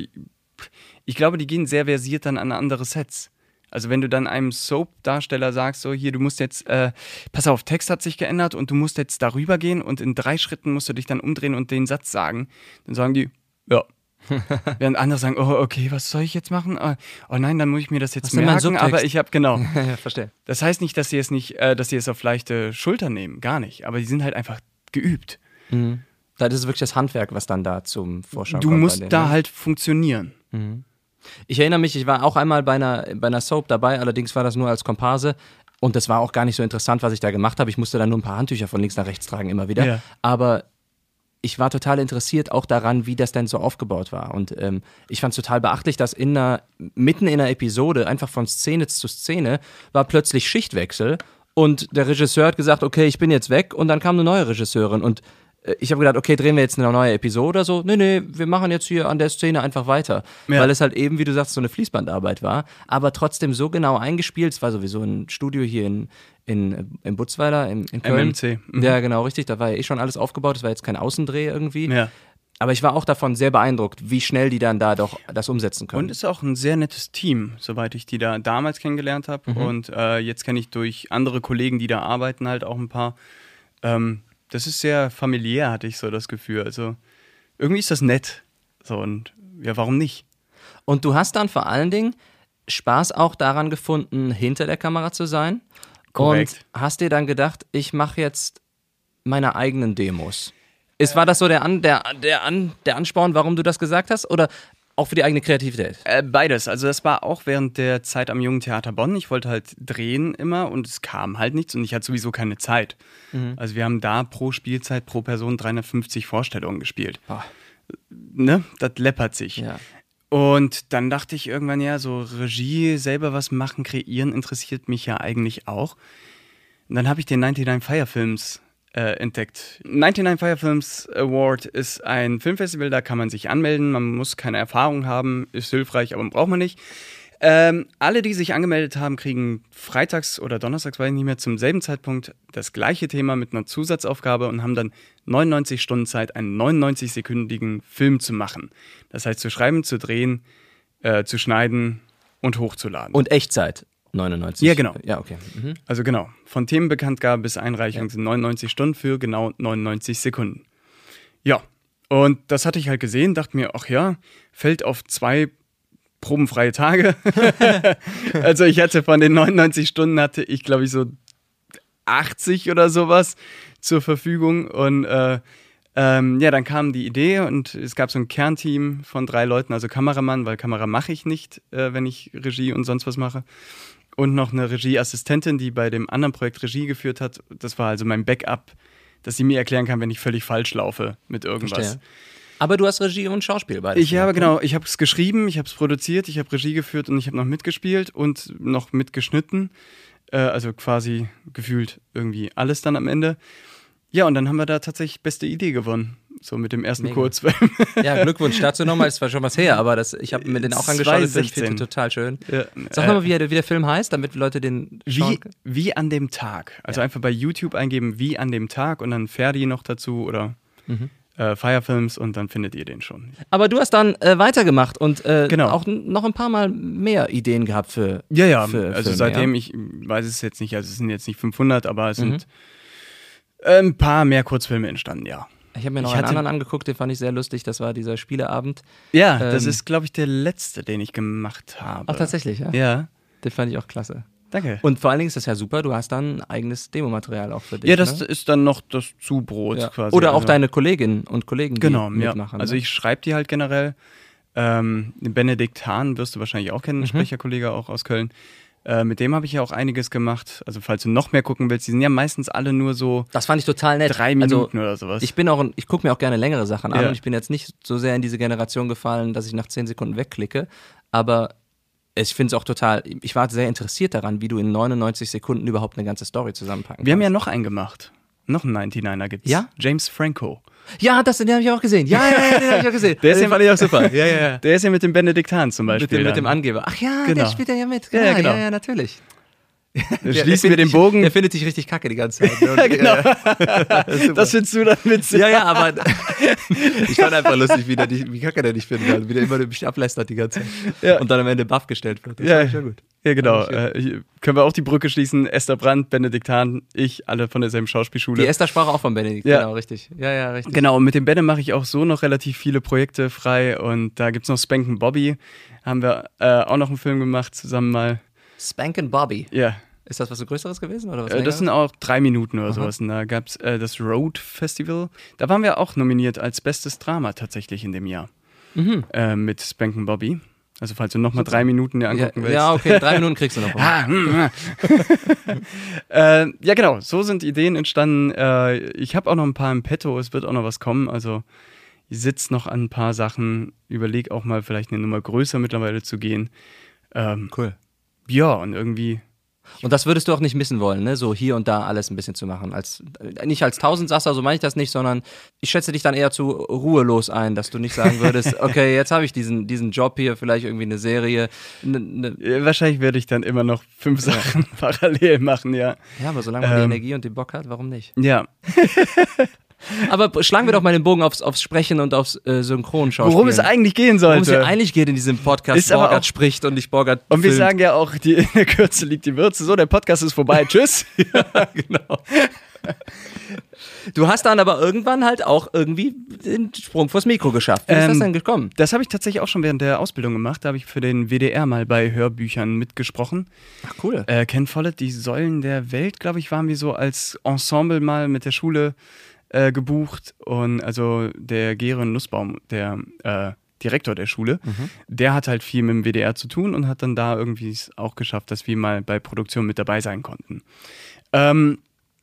[SPEAKER 2] ich glaube, die gehen sehr versiert dann an andere Sets. Also wenn du dann einem Soap-Darsteller sagst, so hier, du musst jetzt, äh, pass auf, Text hat sich geändert und du musst jetzt darüber gehen und in drei Schritten musst du dich dann umdrehen und den Satz sagen, dann sagen die, ja. Während andere sagen, oh, okay, was soll ich jetzt machen? Oh, oh nein, dann muss ich mir das jetzt merken, aber ich habe, genau.
[SPEAKER 3] Ja, verstehe.
[SPEAKER 2] Das heißt nicht, dass sie es nicht, äh, dass sie es auf leichte Schulter nehmen, gar nicht, aber die sind halt einfach geübt.
[SPEAKER 3] Mhm. Das ist wirklich das Handwerk, was dann da zum Vorschein
[SPEAKER 2] du
[SPEAKER 3] kommt.
[SPEAKER 2] Du musst
[SPEAKER 3] denen,
[SPEAKER 2] da
[SPEAKER 3] ne?
[SPEAKER 2] halt funktionieren.
[SPEAKER 3] Mhm. Ich erinnere mich, ich war auch einmal bei einer, bei einer Soap dabei, allerdings war das nur als Komparse und das war auch gar nicht so interessant, was ich da gemacht habe. Ich musste dann nur ein paar Handtücher von links nach rechts tragen, immer wieder. Ja. Aber ich war total interessiert auch daran, wie das denn so aufgebaut war. Und ähm, ich fand es total beachtlich, dass in einer, mitten in einer Episode, einfach von Szene zu Szene, war plötzlich Schichtwechsel und der Regisseur hat gesagt, okay, ich bin jetzt weg und dann kam eine neue Regisseurin und äh, ich habe gedacht, okay, drehen wir jetzt eine neue Episode oder so? Nee, nee, wir machen jetzt hier an der Szene einfach weiter. Ja. Weil es halt eben, wie du sagst, so eine Fließbandarbeit war, aber trotzdem so genau eingespielt. Es war sowieso ein Studio hier in In, in Butzweiler, in, in Köln.
[SPEAKER 2] M M C. Mhm.
[SPEAKER 3] Ja, genau, richtig. Da war ja eh schon alles aufgebaut. Das war jetzt kein Außendreh irgendwie.
[SPEAKER 2] Ja.
[SPEAKER 3] Aber ich war auch davon sehr beeindruckt, wie schnell die dann da doch das umsetzen können.
[SPEAKER 2] Und ist auch ein sehr nettes Team, soweit ich die da damals kennengelernt habe. Mhm. Und äh, jetzt kenne ich durch andere Kollegen, die da arbeiten, halt auch ein paar. Ähm, das ist sehr familiär, hatte ich so das Gefühl. Also irgendwie ist das nett. So, und ja, warum nicht?
[SPEAKER 3] Und du hast dann vor allen Dingen Spaß auch daran gefunden, hinter der Kamera zu sein.
[SPEAKER 2] Korrekt.
[SPEAKER 3] Und hast dir dann gedacht, ich mache jetzt meine eigenen Demos. Ist, war das so der, An, der, der, An, der Ansporn, warum du das gesagt hast? Oder auch für die eigene Kreativität?
[SPEAKER 2] Äh, beides. Also das war auch während der Zeit am Jungen Theater Bonn. Ich wollte halt drehen immer und es kam halt nichts und ich hatte sowieso keine Zeit. Mhm. Also wir haben da pro Spielzeit, pro Person dreihundertfünfzig Vorstellungen gespielt.
[SPEAKER 3] Boah.
[SPEAKER 2] Ne? Das läppert sich.
[SPEAKER 3] Ja.
[SPEAKER 2] Und dann dachte ich irgendwann, ja, so Regie, selber was machen, kreieren, interessiert mich ja eigentlich auch. Und dann habe ich den neunundneunzig Fire Films äh, entdeckt. neunundneunzig Fire Films Award ist ein Filmfestival, da kann man sich anmelden, man muss keine Erfahrung haben, ist hilfreich, aber braucht man nicht. Ähm, alle, die sich angemeldet haben, kriegen freitags oder donnerstags, weiß ich nicht mehr, zum selben Zeitpunkt das gleiche Thema mit einer Zusatzaufgabe und haben dann neunundneunzig Stunden Zeit, einen neunundneunzig-sekündigen Film zu machen. Das heißt, zu schreiben, zu drehen, äh, zu schneiden und hochzuladen.
[SPEAKER 3] Und Echtzeit, neunundneunzig?
[SPEAKER 2] Ja, genau.
[SPEAKER 3] Ja, okay. Mhm.
[SPEAKER 2] Also genau, von Themenbekanntgabe bis Einreichung ja. sind neunundneunzig Stunden für genau neunundneunzig Sekunden. Ja, und das hatte ich halt gesehen, dachte mir, ach ja, fällt auf zwei probenfreie Tage. Also ich hatte von den neunundneunzig Stunden hatte ich, glaube ich, so achtzig oder sowas zur Verfügung. Und äh, ähm, ja, dann kam die Idee und es gab so ein Kernteam von drei Leuten, also Kameramann, weil Kamera mache ich nicht, äh, wenn ich Regie und sonst was mache. Und noch eine Regieassistentin, die bei dem anderen Projekt Regie geführt hat. Das war also mein Backup, dass sie mir erklären kann, wenn ich völlig falsch laufe mit irgendwas.
[SPEAKER 3] Verstehe. Aber du hast Regie und Schauspiel beides.
[SPEAKER 2] Ich habe, genau, ich habe es geschrieben, ich habe es produziert, ich habe Regie geführt und ich habe noch mitgespielt und noch mitgeschnitten. Äh, also quasi gefühlt irgendwie alles dann am Ende. Ja, und dann haben wir da tatsächlich beste Idee gewonnen. So mit dem ersten Mega. Kurzfilm.
[SPEAKER 3] Ja, Glückwunsch dazu nochmal, ist zwar schon was her, aber das, ich habe mir den auch angeschaut und ich finde den total schön. Ja, Sag äh, mal, wie der, wie der Film heißt, damit Leute den schauen können.
[SPEAKER 2] Wie, wie an dem Tag. Also ja. einfach bei YouTube eingeben, wie an dem Tag und dann Ferdi noch dazu oder mhm. äh, Fire Films und dann findet ihr den schon.
[SPEAKER 3] Aber du hast dann äh, weitergemacht und äh,
[SPEAKER 2] genau.
[SPEAKER 3] auch n- noch ein paar Mal mehr Ideen gehabt für
[SPEAKER 2] Ja, ja,
[SPEAKER 3] für
[SPEAKER 2] also
[SPEAKER 3] Filme,
[SPEAKER 2] seitdem,
[SPEAKER 3] ja?
[SPEAKER 2] ich weiß es jetzt nicht, also es sind jetzt nicht fünfhundert, aber es mhm. sind äh, ein paar mehr Kurzfilme entstanden, ja.
[SPEAKER 3] Ich habe mir noch
[SPEAKER 2] ich
[SPEAKER 3] einen
[SPEAKER 2] hatte,
[SPEAKER 3] anderen angeguckt, den fand ich sehr lustig, das war dieser Spieleabend.
[SPEAKER 2] Ja,
[SPEAKER 3] ähm,
[SPEAKER 2] das ist, glaube ich, der letzte, den ich gemacht habe.
[SPEAKER 3] Ach, tatsächlich, ja?
[SPEAKER 2] Ja.
[SPEAKER 3] Den fand ich auch klasse.
[SPEAKER 2] Danke.
[SPEAKER 3] Und vor allen Dingen ist das ja super, du hast dann eigenes Demomaterial auch für dich.
[SPEAKER 2] Ja, das
[SPEAKER 3] ne?
[SPEAKER 2] ist dann noch das Zubrot
[SPEAKER 3] ja.
[SPEAKER 2] quasi.
[SPEAKER 3] Oder auch
[SPEAKER 2] also,
[SPEAKER 3] deine Kolleginnen und Kollegen, die
[SPEAKER 2] genau,
[SPEAKER 3] mitmachen.
[SPEAKER 2] Ja. Also
[SPEAKER 3] ne?
[SPEAKER 2] ich schreibe die halt generell. Ähm, Benedikt Hahn wirst du wahrscheinlich auch kennen, mhm. Sprecherkollege auch aus Köln. Äh, mit dem habe ich ja auch einiges gemacht. Also falls du noch mehr gucken willst, die sind ja meistens alle nur so
[SPEAKER 3] das fand ich total nett.
[SPEAKER 2] drei Minuten
[SPEAKER 3] also,
[SPEAKER 2] oder sowas.
[SPEAKER 3] Ich bin auch, ich gucke mir auch gerne längere Sachen an
[SPEAKER 2] ja.
[SPEAKER 3] und ich bin jetzt nicht so sehr in diese Generation gefallen, dass ich nach zehn Sekunden wegklicke, aber ich finde es auch total, ich war sehr interessiert daran, wie du in neunundneunzig Sekunden überhaupt eine ganze Story zusammenpacken
[SPEAKER 2] Wir
[SPEAKER 3] kannst.
[SPEAKER 2] haben ja noch einen gemacht. Noch einen neunundneunziger gibt's.
[SPEAKER 3] Ja?
[SPEAKER 2] James Franco.
[SPEAKER 3] Ja, das, den habe ich auch gesehen. Ja, ja, ja, den habe ich auch gesehen.
[SPEAKER 2] Der ist
[SPEAKER 3] den
[SPEAKER 2] ja,
[SPEAKER 3] fand ich auch super. Ja, ja, ja.
[SPEAKER 2] Der ist ja mit dem Benedikt Hahn zum Beispiel.
[SPEAKER 3] Mit dem,
[SPEAKER 2] dann.
[SPEAKER 3] mit dem Angeber. Ach ja,
[SPEAKER 2] genau.
[SPEAKER 3] der spielt ja mit.
[SPEAKER 2] Ja, ja, genau.
[SPEAKER 3] ja, ja natürlich.
[SPEAKER 2] Da schließen wir den Bogen.
[SPEAKER 3] Der findet dich richtig kacke die ganze Zeit. Ne?
[SPEAKER 2] Ja, genau. Ja, das findest du dann witzig.
[SPEAKER 3] Ja, ja, aber ich fand einfach lustig, wie, der dich, wie kacke der dich findet, also wie der immer mich ablästert die ganze Zeit. Ja. Und dann am Ende Buff gestellt wird. Das
[SPEAKER 2] ja,
[SPEAKER 3] fand ich schon gut.
[SPEAKER 2] Ja, genau. Äh, können wir auch die Brücke schließen. Esther Brandt, Benedikt Hahn, ich, alle von derselben Schauspielschule.
[SPEAKER 3] Die Esther sprach auch von Benedikt,
[SPEAKER 2] ja.
[SPEAKER 3] genau, richtig. Ja, ja, richtig.
[SPEAKER 2] Genau, und mit dem Benne mache ich auch so noch relativ viele Projekte frei. Und da gibt es noch Spankin' Bobby. Haben wir äh, auch noch einen Film gemacht, zusammen mal.
[SPEAKER 3] Spankin' Bobby?
[SPEAKER 2] Ja.
[SPEAKER 3] Ist das was so Größeres gewesen? Oder was
[SPEAKER 2] äh, das sind auch drei Minuten oder Aha. sowas. Und da gab es äh, das Road Festival. Da waren wir auch nominiert als bestes Drama tatsächlich in dem Jahr. Mhm. Äh, mit Spankin' Bobby. Also falls du nochmal drei Minuten dir angucken
[SPEAKER 3] ja,
[SPEAKER 2] willst.
[SPEAKER 3] Ja, okay, drei Minuten kriegst du noch.
[SPEAKER 2] ah, hm, äh, ja, genau, so sind Ideen entstanden. Äh, ich habe auch noch ein paar im Petto, es wird auch noch was kommen. Also ich sitze noch an ein paar Sachen, überlege auch mal vielleicht eine Nummer größer mittlerweile zu gehen. Ähm,
[SPEAKER 3] cool.
[SPEAKER 2] Ja, und irgendwie...
[SPEAKER 3] Und das würdest du auch nicht missen wollen, ne? So hier und da alles ein bisschen zu machen. Als, nicht als Tausendsasser, so meine ich das nicht, sondern ich schätze dich dann eher zu ruhelos ein, dass du nicht sagen würdest, okay, jetzt habe ich diesen, diesen Job hier, vielleicht irgendwie eine Serie. Ne, ne.
[SPEAKER 2] Wahrscheinlich werde ich dann immer noch fünf Sachen parallel machen, ja.
[SPEAKER 3] Ja, aber solange man
[SPEAKER 2] ähm,
[SPEAKER 3] die Energie und den Bock hat, warum nicht?
[SPEAKER 2] Ja.
[SPEAKER 3] Aber schlagen wir doch mal den Bogen aufs, aufs Sprechen und aufs äh, Synchronschauspielen.
[SPEAKER 2] Worum es eigentlich gehen sollte.
[SPEAKER 3] Worum es ja eigentlich geht in diesem Podcast,
[SPEAKER 2] ist
[SPEAKER 3] Borgert
[SPEAKER 2] auch,
[SPEAKER 3] spricht und nicht Borgert
[SPEAKER 2] Und wir
[SPEAKER 3] filmt.
[SPEAKER 2] sagen ja auch, die, in der Kürze liegt die Würze. So, der Podcast ist vorbei. Tschüss.
[SPEAKER 3] Ja, genau. Du hast dann aber irgendwann halt auch irgendwie den Sprung vors Mikro geschafft. Wie ist
[SPEAKER 2] Ähm,
[SPEAKER 3] das denn gekommen?
[SPEAKER 2] Das habe ich tatsächlich auch schon während der Ausbildung gemacht. Da habe ich für den W D R mal bei Hörbüchern mitgesprochen.
[SPEAKER 3] Ach, cool.
[SPEAKER 2] Äh, Ken Follett, die Säulen der Welt, glaube ich, waren wir so als Ensemble mal mit der Schule äh, gebucht. Und also der Geron Nussbaum, der äh, Direktor der Schule,
[SPEAKER 3] Mhm.
[SPEAKER 2] der hat halt viel mit dem W D R zu tun und hat dann da irgendwie es auch geschafft, dass wir mal bei Produktion mit dabei sein konnten. Ähm,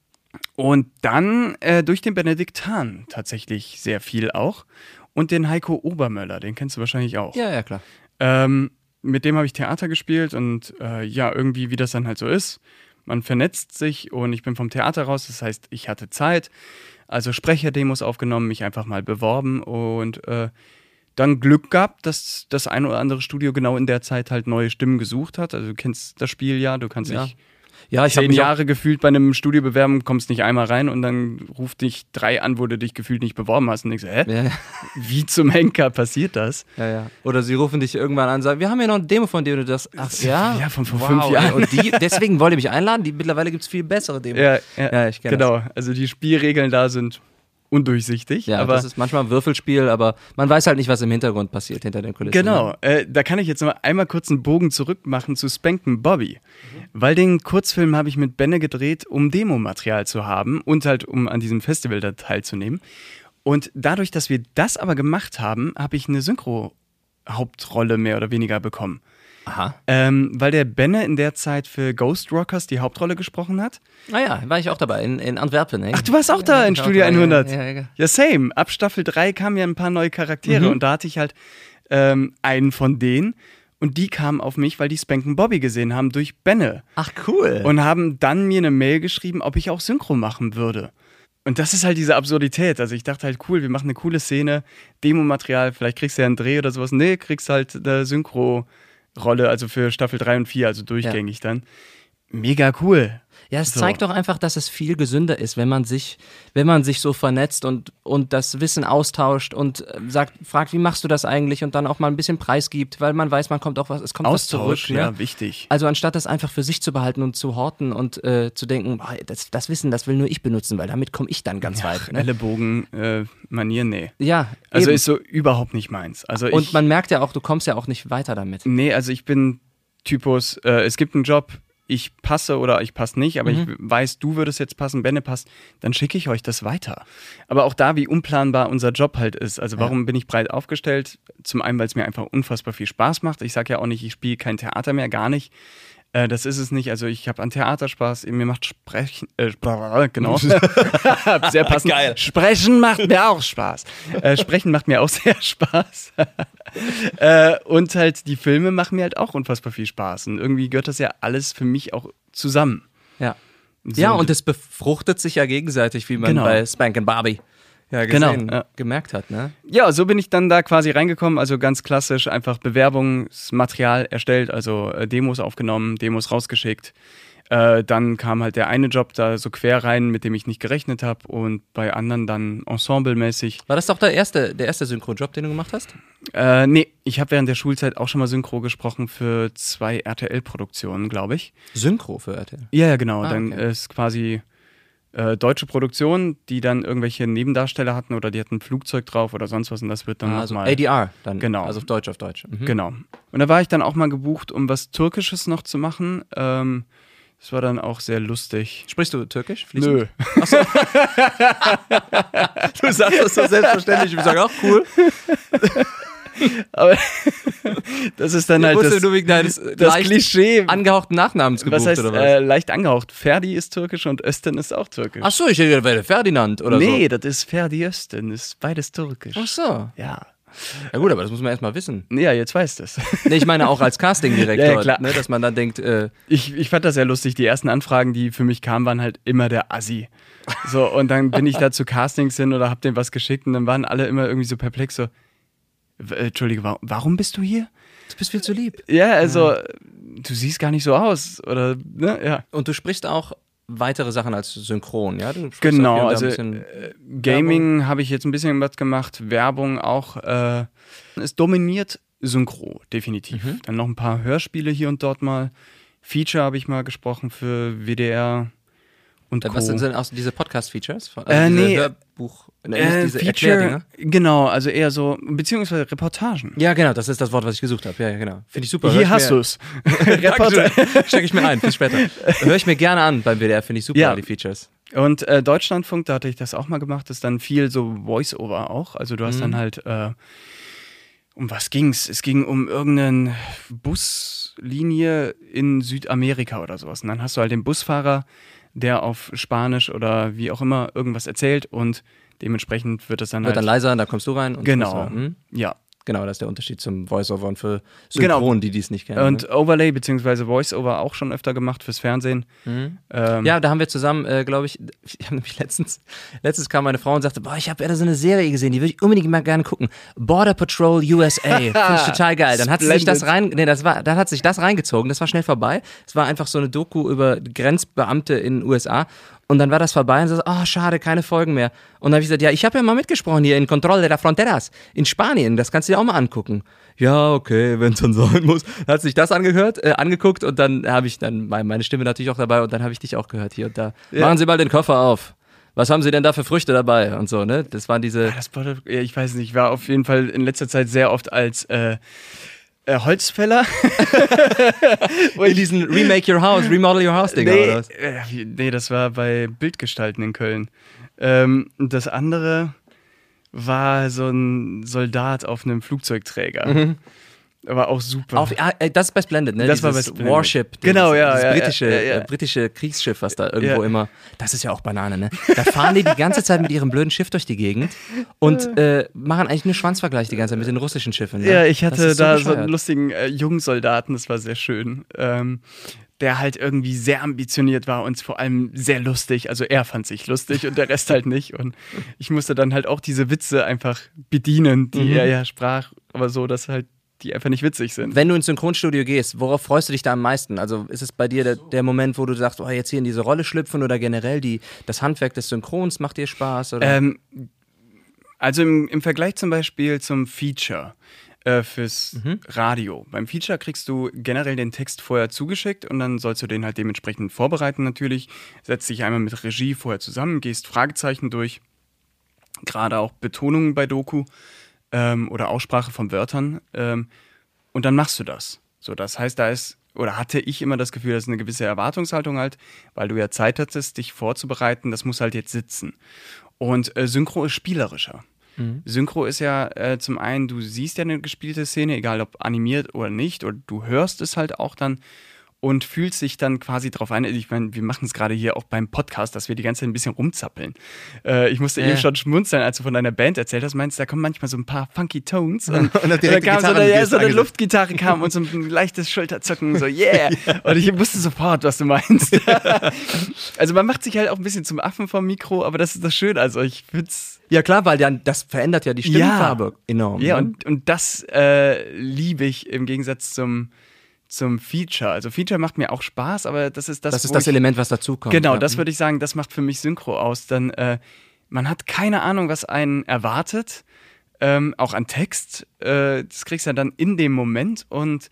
[SPEAKER 2] und dann äh, durch den Benedikt Hahn tatsächlich sehr viel auch. Und den Heiko Obermöller, den kennst du wahrscheinlich auch.
[SPEAKER 3] Ja, ja, klar.
[SPEAKER 2] Ähm, mit dem habe ich Theater gespielt und äh, ja, irgendwie, wie das dann halt so ist. Man vernetzt sich und ich bin vom Theater raus, das heißt, ich hatte Zeit. Also Sprecherdemos aufgenommen, mich einfach mal beworben und äh, dann Glück gehabt, dass das ein oder andere Studio genau in der Zeit halt neue Stimmen gesucht hat. Also du kennst das Spiel ja, du kannst
[SPEAKER 3] Ja.
[SPEAKER 2] dich
[SPEAKER 3] Ja, ich habe
[SPEAKER 2] zehn
[SPEAKER 3] mich auch,
[SPEAKER 2] Jahre gefühlt bei einem Studio bewerben, kommst nicht einmal rein und dann ruft dich drei an, wo du dich gefühlt nicht beworben hast und denkst, hä?
[SPEAKER 3] ja,
[SPEAKER 2] Wie zum Henker passiert das?
[SPEAKER 3] ja, ja. Oder sie rufen dich irgendwann an und sagen, wir haben ja noch eine Demo von dir und du das. Ach ja?
[SPEAKER 2] Ja, von vor
[SPEAKER 3] Wow,
[SPEAKER 2] fünf Jahren.
[SPEAKER 3] Und die, deswegen wollt ihr mich einladen? Die, mittlerweile gibt es viel bessere Demos.
[SPEAKER 2] Ja, ja,
[SPEAKER 3] Ja, ich kenn
[SPEAKER 2] genau. Also die Spielregeln da sind undurchsichtig.
[SPEAKER 3] Ja,
[SPEAKER 2] aber
[SPEAKER 3] das ist manchmal ein Würfelspiel, aber man weiß halt nicht, was im Hintergrund passiert, hinter den Kulissen.
[SPEAKER 2] genau,
[SPEAKER 3] Ne?
[SPEAKER 2] äh, da kann ich jetzt noch einmal kurz einen Bogen zurück machen zu Spankin' Bobby. Mhm. Weil den Kurzfilm habe ich mit Benne gedreht, um Demomaterial zu haben und halt um an diesem Festival da teilzunehmen. Und dadurch, dass wir das aber gemacht haben, habe ich eine Synchro-Hauptrolle mehr oder weniger bekommen.
[SPEAKER 3] Aha.
[SPEAKER 2] Ähm, weil der Benne in der Zeit für Ghost Rockers die Hauptrolle gesprochen hat.
[SPEAKER 3] Naja, war ich auch dabei, in, in Antwerpen. Ey.
[SPEAKER 2] Ach, du warst auch da
[SPEAKER 3] Ja,
[SPEAKER 2] in
[SPEAKER 3] ich
[SPEAKER 2] Studio
[SPEAKER 3] auch dabei,
[SPEAKER 2] hundert.
[SPEAKER 3] Ja, ja, ja.
[SPEAKER 2] Ja, same. Ab Staffel drei kamen ja ein paar neue Charaktere
[SPEAKER 3] Mhm.
[SPEAKER 2] und da hatte ich halt ähm, einen von denen und die kamen auf mich, weil die Spankin' Bobby gesehen haben durch Benne
[SPEAKER 3] Ach, cool.
[SPEAKER 2] und haben dann mir eine Mail geschrieben, ob ich auch Synchro machen würde. Und das ist halt diese Absurdität. Also ich dachte halt, cool, wir machen eine coole Szene, Demomaterial, vielleicht kriegst du ja einen Dreh oder sowas. Nee, kriegst halt eine Synchro-Rolle, also für Staffel drei und vier, also durchgängig dann. Mega cool.
[SPEAKER 3] Ja, es
[SPEAKER 2] So.
[SPEAKER 3] zeigt doch einfach, dass es viel gesünder ist, wenn man sich, wenn man sich so vernetzt und, und das Wissen austauscht und äh, sagt, fragt, wie machst du das eigentlich und dann auch mal ein bisschen preisgibt, weil man weiß, man kommt auch was, es kommt was
[SPEAKER 2] Austausch,
[SPEAKER 3] zurück. Ne?
[SPEAKER 2] ja, wichtig.
[SPEAKER 3] Also anstatt das einfach für sich zu behalten und zu horten und äh, zu denken, boah, das, das Wissen, das will nur ich benutzen, weil damit komme ich dann ganz weit. Ne?
[SPEAKER 2] Ellenbogen, äh, Manier, nee.
[SPEAKER 3] Ja,
[SPEAKER 2] Also
[SPEAKER 3] eben.
[SPEAKER 2] ist so überhaupt nicht meins. Also
[SPEAKER 3] Und
[SPEAKER 2] ich,
[SPEAKER 3] man merkt ja auch, du kommst ja auch nicht weiter damit.
[SPEAKER 2] nee, also ich bin Typus, äh, es gibt einen Job, ich passe oder ich passe nicht, aber
[SPEAKER 3] Mhm.
[SPEAKER 2] ich weiß, du würdest jetzt passen, Benne passt, dann schicke ich euch das weiter. Aber auch da, wie unplanbar unser Job halt ist. Also warum bin ich breit aufgestellt? Zum einen, weil es mir einfach unfassbar viel Spaß macht. Ich sage ja auch nicht, ich spiele kein Theater mehr, gar nicht. Äh, das ist es nicht. Also ich habe an Theater Spaß, mir macht Sprechen, äh, genau. Sehr passend.
[SPEAKER 3] Geil.
[SPEAKER 2] Sprechen macht mir auch Spaß. Äh, Sprechen macht mir auch sehr Spaß. äh, und halt die Filme machen mir halt auch unfassbar viel Spaß. Und irgendwie gehört das ja alles für mich auch zusammen.
[SPEAKER 3] Ja.
[SPEAKER 2] So.
[SPEAKER 3] Ja, und es befruchtet sich ja gegenseitig, wie man
[SPEAKER 2] Genau.
[SPEAKER 3] bei Spankin' Barbie ja
[SPEAKER 2] Genau,
[SPEAKER 3] gesehen,
[SPEAKER 2] ja.
[SPEAKER 3] gemerkt hat, ne?
[SPEAKER 2] Ja, so bin ich dann da quasi reingekommen. Also ganz klassisch einfach Bewerbungsmaterial erstellt, also äh, Demos aufgenommen, Demos rausgeschickt. Äh, dann kam halt der eine Job da so quer rein, mit dem ich nicht gerechnet habe. Und bei anderen dann ensemblemäßig.
[SPEAKER 3] War das doch der erste, der erste Synchro-Job, den du gemacht hast?
[SPEAKER 2] Äh, nee, ich habe während der Schulzeit auch schon mal Synchro gesprochen für zwei R T L-Produktionen, glaube ich.
[SPEAKER 3] Synchro für R T L.
[SPEAKER 2] Ja, ja, genau.
[SPEAKER 3] Ah,
[SPEAKER 2] dann
[SPEAKER 3] okay.
[SPEAKER 2] ist quasi äh, deutsche Produktion, die dann irgendwelche Nebendarsteller hatten oder die hatten ein Flugzeug drauf oder sonst was und das wird dann
[SPEAKER 3] Ah, also
[SPEAKER 2] nochmal.
[SPEAKER 3] A D R dann.
[SPEAKER 2] Genau.
[SPEAKER 3] Also auf Deutsch, auf Deutsch. Mhm.
[SPEAKER 2] Genau. Und da war ich dann auch mal gebucht, um was Türkisches noch zu machen. Ähm, das war dann auch sehr lustig.
[SPEAKER 3] Sprichst du Türkisch?
[SPEAKER 2] Nö.
[SPEAKER 3] Achso. Du sagst das so selbstverständlich. Ich sage auch cool.
[SPEAKER 2] Aber das ist dann
[SPEAKER 3] Ich
[SPEAKER 2] halt
[SPEAKER 3] wusste
[SPEAKER 2] das,
[SPEAKER 3] nur wegen deines
[SPEAKER 2] das
[SPEAKER 3] leicht
[SPEAKER 2] Klischee.
[SPEAKER 3] angehauchten Nachnamens gebucht,
[SPEAKER 2] Was heißt
[SPEAKER 3] oder was?
[SPEAKER 2] äh, leicht angehaucht? Ferdi ist türkisch und Östen ist auch türkisch.
[SPEAKER 3] Ach so, ich hätte gedacht, wäre Ferdinand oder so.
[SPEAKER 2] Nee, das ist Ferdi Östen, ist beides türkisch.
[SPEAKER 3] Ach so.
[SPEAKER 2] Ja.
[SPEAKER 3] Ja gut, aber das muss man erstmal wissen.
[SPEAKER 2] Ja, jetzt weißt du es.
[SPEAKER 3] Nee, ich meine auch als Castingdirektor,
[SPEAKER 2] Ja, ja, klar.
[SPEAKER 3] ne, dass man dann denkt, äh,
[SPEAKER 2] Ich, ich fand das sehr lustig. Die ersten Anfragen, die für mich kamen, waren halt immer der Assi. So, und dann bin ich da zu Castings hin oder hab denen was geschickt und dann waren alle immer irgendwie so perplex, so, w- äh, Entschuldige, wa- warum bist du hier?
[SPEAKER 3] du bist viel zu lieb.
[SPEAKER 2] Ja, also, du siehst gar nicht so aus. Oder, ne, ja.
[SPEAKER 3] Und du sprichst auch weitere Sachen als synchron, ja? Du sprichst auch
[SPEAKER 2] Genau,
[SPEAKER 3] hier und da
[SPEAKER 2] also
[SPEAKER 3] ein bisschen
[SPEAKER 2] äh, Gaming habe ich jetzt ein bisschen was gemacht, Werbung auch. Äh, es dominiert Synchro, definitiv.
[SPEAKER 3] Mhm.
[SPEAKER 2] Dann noch ein paar Hörspiele hier und dort mal. Feature habe ich mal gesprochen für W D R und Co.
[SPEAKER 3] Was sind denn auch diese Podcast-Features? Also
[SPEAKER 2] Äh,
[SPEAKER 3] diese
[SPEAKER 2] nee.
[SPEAKER 3] Hörbuch, ne,
[SPEAKER 2] äh,
[SPEAKER 3] diese
[SPEAKER 2] Feature,
[SPEAKER 3] Erklärdinger?
[SPEAKER 2] genau, also eher so, beziehungsweise Reportagen.
[SPEAKER 3] Ja, genau, das ist das Wort, was ich gesucht habe. Ja, ja, genau. Finde ich super. Hör
[SPEAKER 2] Hier
[SPEAKER 3] ich
[SPEAKER 2] hast
[SPEAKER 3] mir-
[SPEAKER 2] du es.
[SPEAKER 3] Stecke ich mir ein, bis später. Höre ich mir gerne an beim W D R, finde ich super,
[SPEAKER 2] Ja.
[SPEAKER 3] die Features.
[SPEAKER 2] Und äh, Deutschlandfunk, da hatte ich das auch mal gemacht, das ist dann viel so Voice-Over auch. Also du hast
[SPEAKER 3] Mhm.
[SPEAKER 2] dann halt, äh, um was ging's? Es ging um irgendeine Buslinie in Südamerika oder sowas. Und dann hast du halt den Busfahrer, der auf Spanisch oder wie auch immer irgendwas erzählt und dementsprechend wird das dann
[SPEAKER 3] Wird
[SPEAKER 2] halt...
[SPEAKER 3] dann leiser, da kommst du rein. Und
[SPEAKER 2] Genau.
[SPEAKER 3] so weiter. Hm?
[SPEAKER 2] Ja.
[SPEAKER 3] Genau, das ist der Unterschied zum Voice-Over und für
[SPEAKER 2] Genau.
[SPEAKER 3] Synchron, die dies nicht kennen.
[SPEAKER 2] Und
[SPEAKER 3] ne?
[SPEAKER 2] Overlay bzw. Voice-Over auch schon öfter gemacht fürs Fernsehen.
[SPEAKER 3] Mhm.
[SPEAKER 2] Ähm,
[SPEAKER 3] Ja, da haben wir zusammen, äh, glaube ich, ich habe nämlich letztens, letztens kam meine Frau und sagte, boah, ich habe da so eine Serie gesehen, die würde ich unbedingt mal gerne gucken. Border Patrol U S A, finde ich total geil. Dann hat sie sich das rein, nee, das war, dann hat sich das reingezogen, das war schnell vorbei. Es war einfach so eine Doku über Grenzbeamte in den U S A. Und dann war das vorbei und so, oh, schade, keine Folgen mehr. Und dann habe ich gesagt, ja, ich habe ja mal mitgesprochen hier in Control de la Fronteras in Spanien, das kannst du dir auch mal angucken. Ja, okay, wenn es dann sein muss. Dann hat sich das angehört, äh, angeguckt und dann habe ich dann meine Stimme natürlich auch dabei und dann habe ich dich auch gehört hier und da.
[SPEAKER 2] Ja.
[SPEAKER 3] Machen Sie mal den Koffer auf. Was haben Sie denn da für Früchte dabei und so, ne? Das waren diese...
[SPEAKER 2] Das Border, ja, ich weiß nicht, ich war auf jeden Fall in letzter Zeit sehr oft als äh, äh, Holzfäller.
[SPEAKER 3] in diesen Remake Your House, Remodel Your House Dinger
[SPEAKER 2] nee,
[SPEAKER 3] oder was?
[SPEAKER 2] äh, nee, das war bei Bildgestalten in Köln. Ähm, und das andere war so ein Soldat auf einem Flugzeugträger.
[SPEAKER 3] Mhm.
[SPEAKER 2] War auch super.
[SPEAKER 3] Auf, ah, äh, das ist bei Splendid, ne?
[SPEAKER 2] Das war
[SPEAKER 3] Dieses
[SPEAKER 2] bei Splendid.
[SPEAKER 3] Warship.
[SPEAKER 2] Genau,
[SPEAKER 3] dieses,
[SPEAKER 2] ja,
[SPEAKER 3] Das
[SPEAKER 2] ja,
[SPEAKER 3] britische,
[SPEAKER 2] ja, ja, ja.
[SPEAKER 3] Äh, britische Kriegsschiff, was da irgendwo
[SPEAKER 2] Ja.
[SPEAKER 3] immer. Das ist ja auch Banane, ne? Da fahren die die ganze Zeit mit ihrem blöden Schiff durch die Gegend und äh, machen eigentlich nur Schwanzvergleich die ganze Zeit mit den russischen Schiffen. Ne?
[SPEAKER 2] Ja, ich
[SPEAKER 3] Das
[SPEAKER 2] hatte
[SPEAKER 3] ist so
[SPEAKER 2] da so
[SPEAKER 3] bescheuert.
[SPEAKER 2] einen lustigen äh, jungen Soldaten, das war sehr schön, ähm, der halt irgendwie sehr ambitioniert war und vor allem sehr lustig. Also er fand sich lustig und der Rest halt nicht. Und ich musste dann halt auch diese Witze einfach bedienen, die
[SPEAKER 3] Mhm.
[SPEAKER 2] er ja sprach, aber so, dass halt die einfach nicht witzig sind.
[SPEAKER 3] Wenn du ins Synchronstudio gehst, worauf freust du dich da am meisten? Also ist es bei dir der, der Moment, wo du sagst, oh, jetzt hier in diese Rolle schlüpfen oder generell die, das Handwerk des Synchrons macht dir Spaß? Oder?
[SPEAKER 2] Ähm, also im, im Vergleich zum Beispiel zum Feature äh, fürs
[SPEAKER 3] Mhm.
[SPEAKER 2] Radio. Beim Feature kriegst du generell den Text vorher zugeschickt und dann sollst du den halt dementsprechend vorbereiten natürlich. Setzt dich einmal mit Regie vorher zusammen, gehst Fragezeichen durch, gerade auch Betonungen bei Doku ähm, oder Aussprache von Wörtern ähm, und dann machst du das. So, das heißt, da ist, oder hatte ich immer das Gefühl, dass eine gewisse Erwartungshaltung halt, weil du ja Zeit hattest, dich vorzubereiten, das muss halt jetzt sitzen. Und äh, Synchro ist spielerischer.
[SPEAKER 3] Mhm.
[SPEAKER 2] Synchro ist ja äh, zum einen, du siehst ja eine gespielte Szene, egal ob animiert oder nicht, oder du hörst es halt auch dann und fühlst dich dann quasi drauf ein. Ich meine, wir machen es gerade hier auch beim Podcast, dass wir die ganze Zeit ein bisschen rumzappeln. Äh, ich musste
[SPEAKER 3] Ja.
[SPEAKER 2] eben schon schmunzeln, als du von deiner Band erzählt hast, meinst, da kommen manchmal so ein paar funky Tones und,
[SPEAKER 3] Und dann direkt
[SPEAKER 2] dann kam
[SPEAKER 3] die
[SPEAKER 2] so eine,
[SPEAKER 3] Gitarren,
[SPEAKER 2] ja,
[SPEAKER 3] die
[SPEAKER 2] so eine
[SPEAKER 3] angesetzt.
[SPEAKER 2] Luftgitarre kam und so ein leichtes Schulterzucken, so yeah. Und ich wusste sofort, was du meinst. Also man macht sich halt auch ein bisschen zum Affen vom Mikro, aber das ist das Schöne. Also ich find's
[SPEAKER 3] Ja klar, weil dann, das verändert ja die Stimmfarbe enorm.
[SPEAKER 2] ja,
[SPEAKER 3] ne?
[SPEAKER 2] und, und das äh, liebe ich im Gegensatz zum, zum Feature. Also Feature macht mir auch Spaß, aber das ist das,
[SPEAKER 3] das ist
[SPEAKER 2] wo
[SPEAKER 3] das
[SPEAKER 2] ich,
[SPEAKER 3] Element, was dazukommt.
[SPEAKER 2] Genau,
[SPEAKER 3] ja.
[SPEAKER 2] das würde ich sagen, das macht für mich Synchro aus. Dann, äh, man hat keine Ahnung, was einen erwartet, ähm, auch an Text. Äh, das kriegst du ja dann in dem Moment und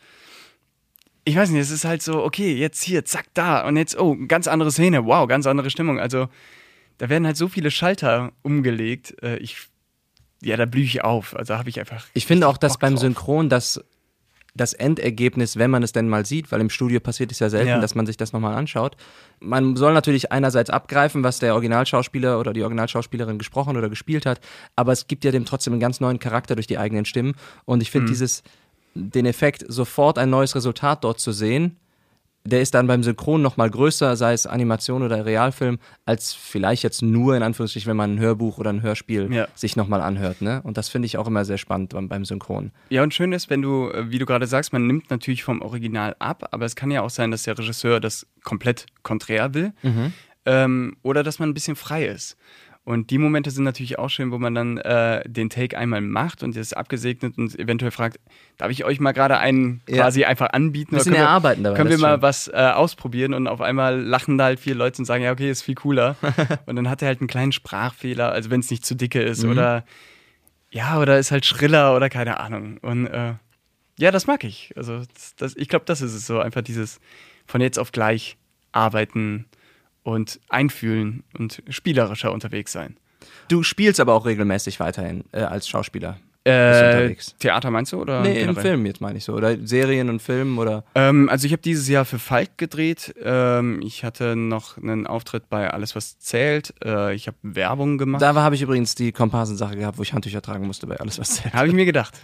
[SPEAKER 2] ich weiß nicht, es ist halt so, okay, jetzt hier, zack, da und jetzt, oh, ganz andere Szene, wow, ganz andere Stimmung. Also da werden halt so viele Schalter umgelegt. Äh, ich, ja, da blühe ich auf. Also habe ich einfach.
[SPEAKER 3] Ich finde auch,
[SPEAKER 2] richtig
[SPEAKER 3] dass
[SPEAKER 2] Bock
[SPEAKER 3] beim
[SPEAKER 2] drauf.
[SPEAKER 3] Synchron das das Endergebnis, wenn man es denn mal sieht, weil im Studio passiert es ja selten,
[SPEAKER 2] Ja.
[SPEAKER 3] dass man sich das nochmal anschaut. Man soll natürlich einerseits abgreifen, was der Originalschauspieler oder die Originalschauspielerin gesprochen oder gespielt hat, aber es gibt ja dem trotzdem einen ganz neuen Charakter durch die eigenen Stimmen und ich finde
[SPEAKER 2] Mhm.
[SPEAKER 3] dieses, den Effekt, sofort ein neues Resultat dort zu sehen, der ist dann beim Synchron nochmal größer, sei es Animation oder Realfilm, als vielleicht jetzt nur in Anführungsstrichen, wenn man ein Hörbuch oder ein Hörspiel
[SPEAKER 2] Ja.
[SPEAKER 3] sich nochmal anhört. Ne? Und das finde ich auch immer sehr spannend beim, beim Synchron.
[SPEAKER 2] Ja, und schön ist, wenn du, äh, wie du gerade sagst, man nimmt natürlich vom Original ab, aber es kann ja auch sein, dass der Regisseur das komplett konträr will ähm, oder dass man ein bisschen frei ist. Und die Momente sind natürlich auch schön, wo man dann äh, den Take einmal macht und ist abgesegnet und eventuell fragt, darf ich euch mal gerade einen
[SPEAKER 3] Ja.
[SPEAKER 2] quasi einfach anbieten?
[SPEAKER 3] Bisschen
[SPEAKER 2] können wir,
[SPEAKER 3] erarbeiten dabei,
[SPEAKER 2] können wir
[SPEAKER 3] das ist
[SPEAKER 2] mal
[SPEAKER 3] schön.
[SPEAKER 2] was äh, ausprobieren? Und auf einmal lachen da halt vier Leute und sagen, ja, okay, ist viel cooler. Und dann hat er halt einen kleinen Sprachfehler, also wenn es nicht zu dicke ist
[SPEAKER 3] Mhm.
[SPEAKER 2] oder ja, oder ist halt schriller oder keine Ahnung. Und äh, ja, das mag ich. Also das, das, ich glaube, das ist es so. Einfach dieses von jetzt auf gleich arbeiten und einfühlen und spielerischer unterwegs sein.
[SPEAKER 3] Du spielst aber auch regelmäßig weiterhin äh, als Schauspieler. Bist du
[SPEAKER 2] Äh,
[SPEAKER 3] unterwegs?
[SPEAKER 2] Theater meinst du? Oder
[SPEAKER 3] Nee, im
[SPEAKER 2] generell?
[SPEAKER 3] Film jetzt meine ich so. Oder Serien und Filmen oder.
[SPEAKER 2] Ähm, also ich habe dieses Jahr für Falk gedreht. Ähm, ich hatte noch einen Auftritt bei Alles, was zählt. Äh, ich habe Werbung gemacht.
[SPEAKER 3] Da habe ich übrigens die Komparsensache gehabt, wo ich Handtücher tragen musste bei Alles, was zählt.
[SPEAKER 2] Habe ich mir gedacht.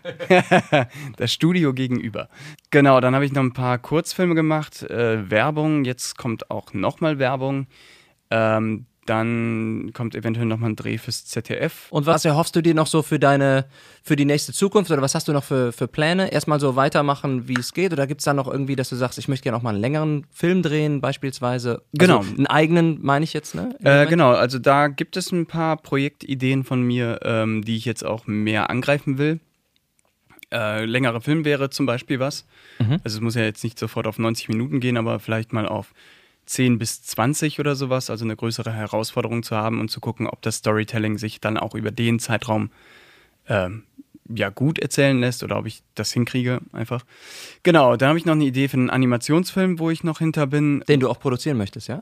[SPEAKER 2] Das Studio gegenüber. Genau, dann habe ich noch ein paar Kurzfilme gemacht, äh, Werbung, jetzt kommt auch nochmal Werbung. Ähm, dann kommt eventuell nochmal ein Dreh fürs Z D F.
[SPEAKER 3] Und was erhoffst du dir noch so für deine, für die nächste Zukunft oder was hast du noch für, für Pläne? Erstmal so weitermachen, wie es geht oder gibt es da noch irgendwie, dass du sagst, ich möchte gerne auch mal einen längeren Film drehen beispielsweise?
[SPEAKER 2] Genau.
[SPEAKER 3] Also einen eigenen, meine ich jetzt, ne? Im
[SPEAKER 2] Äh,
[SPEAKER 3] Moment?
[SPEAKER 2] genau, also da gibt es ein paar Projektideen von mir, ähm, die ich jetzt auch mehr angreifen will. Äh, längerer Film wäre zum Beispiel was.
[SPEAKER 3] Mhm.
[SPEAKER 2] Also es muss ja jetzt nicht sofort auf neunzig Minuten gehen, aber vielleicht mal auf zehn bis zwanzig oder sowas, also eine größere Herausforderung zu haben und zu gucken, ob das Storytelling sich dann auch über den Zeitraum ähm, ja, gut erzählen lässt oder ob ich das hinkriege einfach. Genau, dann habe ich noch eine Idee für einen Animationsfilm, wo ich noch hinter bin.
[SPEAKER 3] Den du auch produzieren möchtest, ja?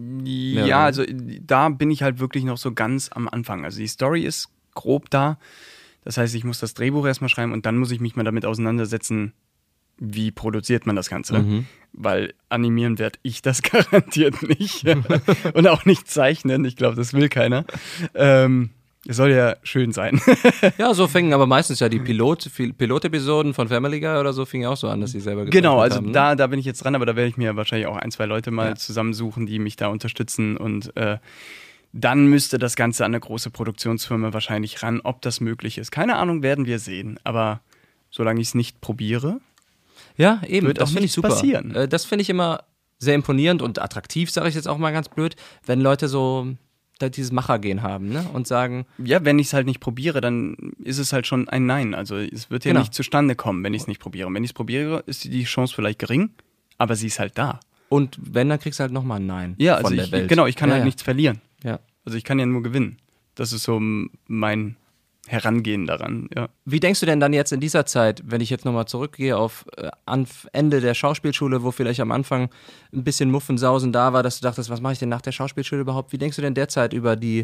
[SPEAKER 2] Ja,
[SPEAKER 3] oder?
[SPEAKER 2] also da bin ich halt wirklich noch so ganz am Anfang. Also die Story ist grob da. Das heißt, ich muss das Drehbuch erstmal schreiben und dann muss ich mich mal damit auseinandersetzen, wie produziert man das Ganze.
[SPEAKER 3] Mhm.
[SPEAKER 2] Weil animieren werde ich das garantiert nicht. Und auch nicht zeichnen. Ich glaube, das will keiner. Ähm, es soll ja schön sein.
[SPEAKER 3] Ja, so fingen aber meistens ja die Pilot, Pilotepisoden von Family Guy oder so fingen ja auch so an, dass sie selber gezeichnet
[SPEAKER 2] Genau, also
[SPEAKER 3] haben. Ne?
[SPEAKER 2] da, da bin ich jetzt dran, aber da werde ich mir wahrscheinlich auch ein, zwei Leute mal
[SPEAKER 3] Ja.
[SPEAKER 2] zusammensuchen, die mich da unterstützen und äh, dann müsste das Ganze an eine große Produktionsfirma wahrscheinlich ran, ob das möglich ist. Keine Ahnung, werden wir sehen, aber solange ich es nicht probiere,
[SPEAKER 3] Ja, eben,
[SPEAKER 2] Wird
[SPEAKER 3] das
[SPEAKER 2] auch
[SPEAKER 3] finde ich
[SPEAKER 2] nichts
[SPEAKER 3] super.
[SPEAKER 2] passieren.
[SPEAKER 3] Äh, das finde ich immer sehr imponierend und attraktiv, sage ich jetzt auch mal ganz blöd, wenn Leute so da dieses Machergehen haben, ne? Und sagen,
[SPEAKER 2] ja, wenn ich es halt nicht probiere, dann ist es halt schon ein Nein. Also es wird ja
[SPEAKER 3] Genau.
[SPEAKER 2] nicht zustande kommen, wenn ich es nicht probiere. Und wenn ich es probiere, ist die Chance vielleicht gering, aber sie ist halt da.
[SPEAKER 3] und wenn, dann kriegst du halt nochmal ein Nein
[SPEAKER 2] Ja,
[SPEAKER 3] von
[SPEAKER 2] also
[SPEAKER 3] der
[SPEAKER 2] ich,
[SPEAKER 3] Welt.
[SPEAKER 2] genau, ich kann
[SPEAKER 3] ja,
[SPEAKER 2] halt
[SPEAKER 3] ja.
[SPEAKER 2] nichts verlieren.
[SPEAKER 3] Ja.
[SPEAKER 2] Also ich kann ja nur gewinnen. Das ist so m- mein Herangehen daran, ja.
[SPEAKER 3] Wie denkst du denn dann jetzt in dieser Zeit, wenn ich jetzt nochmal zurückgehe auf äh, Anf- Ende der Schauspielschule, wo vielleicht am Anfang ein bisschen Muffensausen da war, dass du dachtest, was mache ich denn nach der Schauspielschule überhaupt? Wie denkst du denn derzeit über die,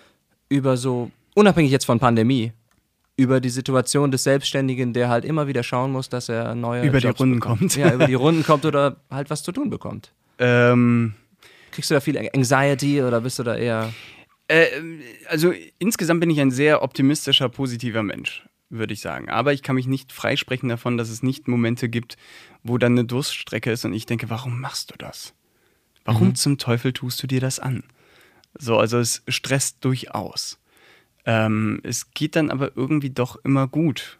[SPEAKER 3] über so, unabhängig jetzt von Pandemie, über die Situation des Selbstständigen, der halt immer wieder schauen muss, dass er neue
[SPEAKER 2] Über die
[SPEAKER 3] Jobs
[SPEAKER 2] Runden
[SPEAKER 3] bekommt.
[SPEAKER 2] kommt.
[SPEAKER 3] Ja, über die Runden kommt oder halt was zu tun bekommt.
[SPEAKER 2] Ähm,
[SPEAKER 3] Kriegst du da viel Anxiety oder bist du da eher...
[SPEAKER 2] äh, also insgesamt bin ich ein sehr optimistischer, positiver Mensch, würde ich sagen. Aber ich kann mich nicht freisprechen davon, dass es nicht Momente gibt, wo dann eine Durststrecke ist und ich denke, warum machst du das? Warum
[SPEAKER 3] Mhm.
[SPEAKER 2] zum Teufel tust du dir das an? So, also es stresst durchaus. Ähm, es geht dann aber irgendwie doch immer gut.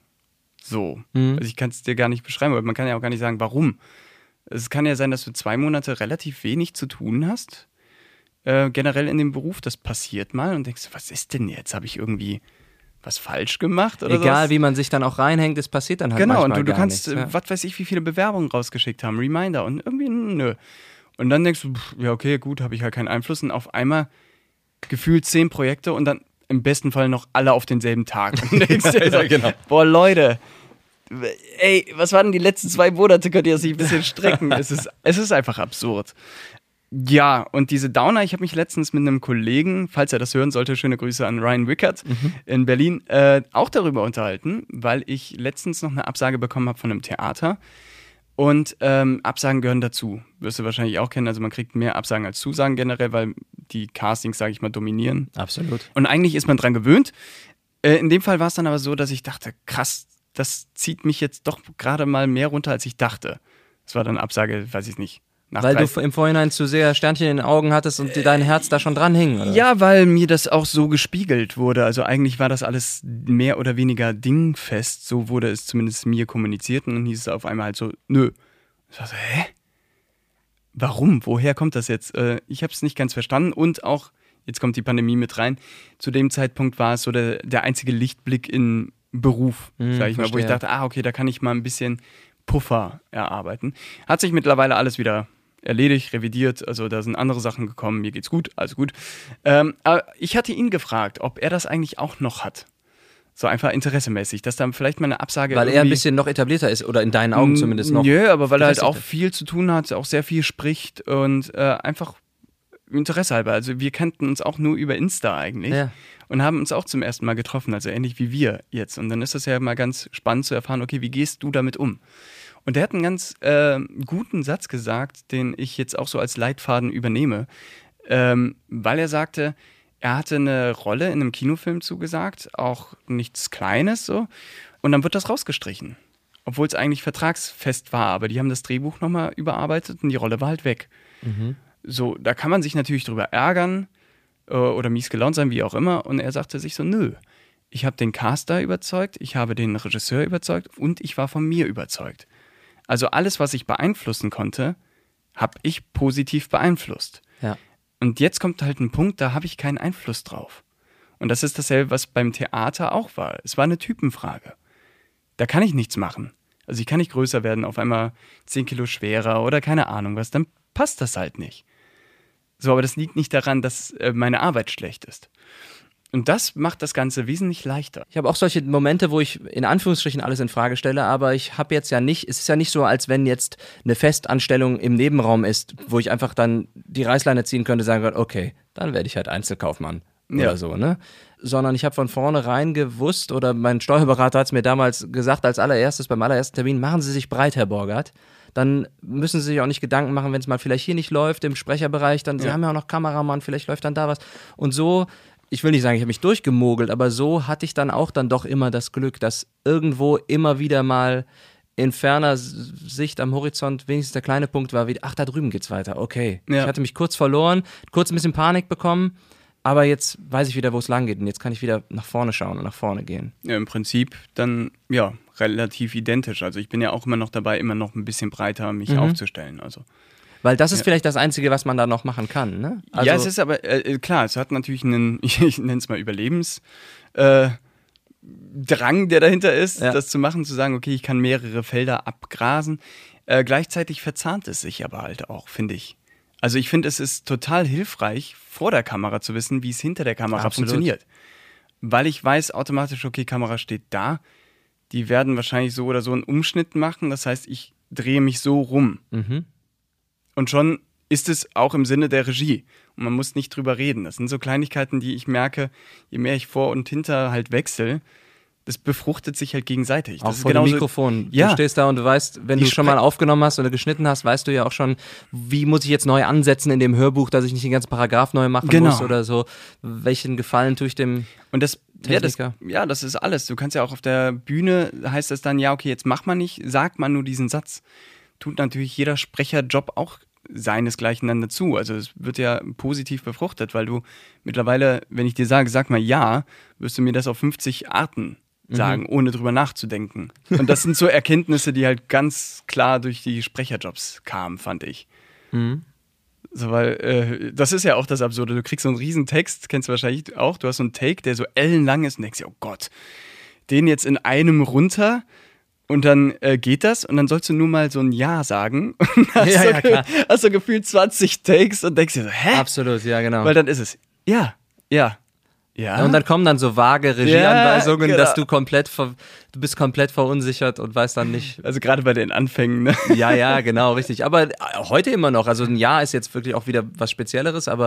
[SPEAKER 2] So.
[SPEAKER 3] Mhm.
[SPEAKER 2] Also ich kann es dir gar nicht beschreiben, aber man kann ja auch gar nicht sagen, warum. Es kann ja sein, dass du zwei Monate relativ wenig zu tun hast. Äh, generell in dem Beruf, das passiert mal und denkst, was ist denn jetzt? Habe ich irgendwie was falsch gemacht? Oder
[SPEAKER 3] Egal,
[SPEAKER 2] sowas?
[SPEAKER 3] wie man sich dann auch reinhängt, es passiert dann halt
[SPEAKER 2] Genau,
[SPEAKER 3] manchmal
[SPEAKER 2] und du, du
[SPEAKER 3] gar
[SPEAKER 2] kannst,
[SPEAKER 3] nichts,
[SPEAKER 2] äh,
[SPEAKER 3] ja.
[SPEAKER 2] was weiß ich, wie viele Bewerbungen rausgeschickt haben, Reminder und irgendwie nö. Und dann denkst du, pff, ja okay, gut, habe ich halt keinen Einfluss und auf einmal gefühlt zehn Projekte und dann im besten Fall noch alle auf denselben Tag. Und du denkst dir so,
[SPEAKER 3] Ja, genau.
[SPEAKER 2] boah Leute, ey, was waren die letzten zwei Monate, könnt ihr das nicht ein bisschen strecken? es, ist, es ist einfach absurd. Ja, und diese Downer, ich habe mich letztens mit einem Kollegen, falls er das hören sollte, schöne Grüße an Ryan Wickert mhm. in Berlin, äh, auch darüber unterhalten, weil ich letztens noch eine Absage bekommen habe von einem Theater. Und ähm, Absagen gehören dazu. Wirst du wahrscheinlich auch kennen. Also man kriegt mehr Absagen als Zusagen generell, weil die Castings, sage ich mal, dominieren.
[SPEAKER 3] Absolut.
[SPEAKER 2] Und eigentlich ist man dran gewöhnt. Äh, in dem Fall war es dann aber so, dass ich dachte, krass, das zieht mich jetzt doch gerade mal mehr runter, als ich dachte. Das war dann Absage, weiß ich nicht. Nach
[SPEAKER 3] weil du im Vorhinein zu sehr Sternchen in den Augen hattest und dir dein Herz da schon dran hing, oder?
[SPEAKER 2] Ja, weil mir das auch so gespiegelt wurde. Also eigentlich war das alles mehr oder weniger dingfest. So wurde es zumindest mir kommuniziert und dann hieß es auf einmal halt so, nö. Ich war so, hä? Warum? Woher kommt das jetzt? Äh, ich habe es nicht ganz verstanden und auch, jetzt kommt die Pandemie mit rein, zu dem Zeitpunkt war es so der, der einzige Lichtblick in Beruf, hm, sag ich mal, wo ich dachte, ah, okay, da kann ich mal ein bisschen Puffer erarbeiten. Hat sich mittlerweile alles wieder erledigt, revidiert, also da sind andere Sachen gekommen, mir geht's gut, also gut. Ähm, aber ich hatte ihn gefragt, ob er das eigentlich auch noch hat. So einfach interessemäßig, dass da vielleicht mal eine Absage
[SPEAKER 3] weil er ein bisschen noch etablierter ist, oder in deinen Augen zumindest noch.
[SPEAKER 2] Nö, aber weil er halt auch viel zu tun hat, auch sehr viel spricht und äh, einfach Interesse halber. Also wir kannten uns auch nur über Insta eigentlich ja. und haben uns auch zum ersten Mal getroffen, also ähnlich wie wir jetzt. Und dann ist das ja mal ganz spannend zu erfahren, okay, wie gehst du damit um? Und der hat einen ganz äh, guten Satz gesagt, den ich jetzt auch so als Leitfaden übernehme, ähm, weil er sagte, er hatte eine Rolle in einem Kinofilm zugesagt, auch nichts Kleines so, und dann wird das rausgestrichen, obwohl es eigentlich vertragsfest war, aber die haben das Drehbuch nochmal überarbeitet und die Rolle war halt weg. Mhm. So, da kann man sich natürlich drüber ärgern äh, oder mies gelaunt sein, wie auch immer, und er sagte sich so, nö, ich habe den Caster überzeugt, ich habe den Regisseur überzeugt und ich war von mir überzeugt. Also alles, was ich beeinflussen konnte, habe ich positiv beeinflusst.
[SPEAKER 3] Ja.
[SPEAKER 2] Und jetzt kommt halt ein Punkt, da habe ich keinen Einfluss drauf. Und das ist dasselbe, was beim Theater auch war. Es war eine Typenfrage. Da kann ich nichts machen. Also ich kann nicht größer werden, auf einmal zehn Kilo schwerer oder keine Ahnung was, dann passt das halt nicht. So, aber das liegt nicht daran, dass äh, meine Arbeit schlecht ist. Und das macht das Ganze wesentlich leichter.
[SPEAKER 3] Ich habe auch solche Momente, wo ich in Anführungsstrichen alles in Frage stelle, aber ich habe jetzt ja nicht, es ist ja nicht so, als wenn jetzt eine Festanstellung im Nebenraum ist, wo ich einfach dann die Reißleine ziehen könnte, sagen könnte, okay, dann werde ich halt Einzelkaufmann oder ja. so, ne? Sondern ich habe von vornherein gewusst, oder mein Steuerberater hat es mir damals gesagt, als allererstes, beim allerersten Termin, machen Sie sich breit, Herr Borgert. Dann müssen Sie sich auch nicht Gedanken machen, wenn es mal vielleicht hier nicht läuft, im Sprecherbereich, dann, ja. Sie haben ja auch noch Kameramann, vielleicht läuft dann da was. Und so, ich will nicht sagen, ich habe mich durchgemogelt, aber so hatte ich dann auch dann doch immer das Glück, dass irgendwo immer wieder mal in ferner Sicht am Horizont wenigstens der kleine Punkt war, wie, ach, da drüben geht's weiter, okay. Ja. Ich hatte mich kurz verloren, kurz ein bisschen Panik bekommen, aber jetzt weiß ich wieder, wo es lang geht und jetzt kann ich wieder nach vorne schauen und nach vorne gehen.
[SPEAKER 2] Ja, im Prinzip dann, ja, relativ identisch. Also ich bin ja auch immer noch dabei, immer noch ein bisschen breiter mich mhm. aufzustellen, also.
[SPEAKER 3] Weil das ist ja. vielleicht das Einzige, was man da noch machen kann, ne?
[SPEAKER 2] Also ja, es ist aber, äh, klar, es hat natürlich einen, ich, ich nenne es mal Überlebens, äh, Drang, der dahinter ist, ja. das zu machen, zu sagen, okay, ich kann mehrere Felder abgrasen. Äh, gleichzeitig verzahnt es sich aber halt auch, finde ich. Also ich finde, es ist total hilfreich, vor der Kamera zu wissen, wie es hinter der Kamera Absolut. funktioniert. Weil ich weiß automatisch, okay, Kamera steht da, die werden wahrscheinlich so oder so einen Umschnitt machen, das heißt, ich drehe mich so rum. Mhm. Und schon ist es auch im Sinne der Regie. Und man muss nicht drüber reden. Das sind so Kleinigkeiten, die ich merke, je mehr ich vor und hinter halt wechsle, das befruchtet sich halt gegenseitig.
[SPEAKER 3] Auch
[SPEAKER 2] das
[SPEAKER 3] vor
[SPEAKER 2] ist
[SPEAKER 3] dem Mikrofon.
[SPEAKER 2] Ja.
[SPEAKER 3] Du stehst da und du weißt, wenn
[SPEAKER 2] Die
[SPEAKER 3] du schon mal aufgenommen hast oder geschnitten hast, weißt du ja auch schon, wie muss ich jetzt neu ansetzen in dem Hörbuch, dass ich nicht den ganzen Paragraph neu machen
[SPEAKER 2] genau.
[SPEAKER 3] muss oder so. Welchen Gefallen tue ich dem
[SPEAKER 2] und das,
[SPEAKER 3] Techniker?
[SPEAKER 2] Ja das, ja, das ist alles. Du kannst ja auch auf der Bühne, heißt das dann, ja, okay, jetzt mach mal nicht, sag mal nur diesen Satz. Tut natürlich jeder Sprecherjob auch seinesgleichen dann dazu. Also es wird ja positiv befruchtet, weil du mittlerweile, wenn ich dir sage, sag mal ja, wirst du mir das auf fünfzig Arten sagen, mhm. ohne drüber nachzudenken. Und das sind so Erkenntnisse, die halt ganz klar durch die Sprecherjobs kamen, fand ich. Mhm. So, weil äh, das ist ja auch das Absurde. Du kriegst so einen riesen Text, kennst du wahrscheinlich auch, du hast so einen Take, der so ellenlang ist und denkst dir, oh Gott, den jetzt in einem runter und dann äh, geht das und dann sollst du nur mal so ein Ja sagen und hast, ja, so, ja, klar. hast so gefühlt zwanzig Takes und denkst dir so, hä?
[SPEAKER 3] Absolut, ja, genau.
[SPEAKER 2] Weil dann ist es, ja, ja, Ja.
[SPEAKER 3] Und dann kommen dann so vage Regieanweisungen,
[SPEAKER 2] Ja, genau.
[SPEAKER 3] dass du komplett, ver- du bist komplett verunsichert und weißt dann nicht.
[SPEAKER 2] Also gerade bei den Anfängen, ne?
[SPEAKER 3] Ja, ja, genau, richtig. Aber heute immer noch. Also ein Jahr ist jetzt wirklich auch wieder was Spezielleres, aber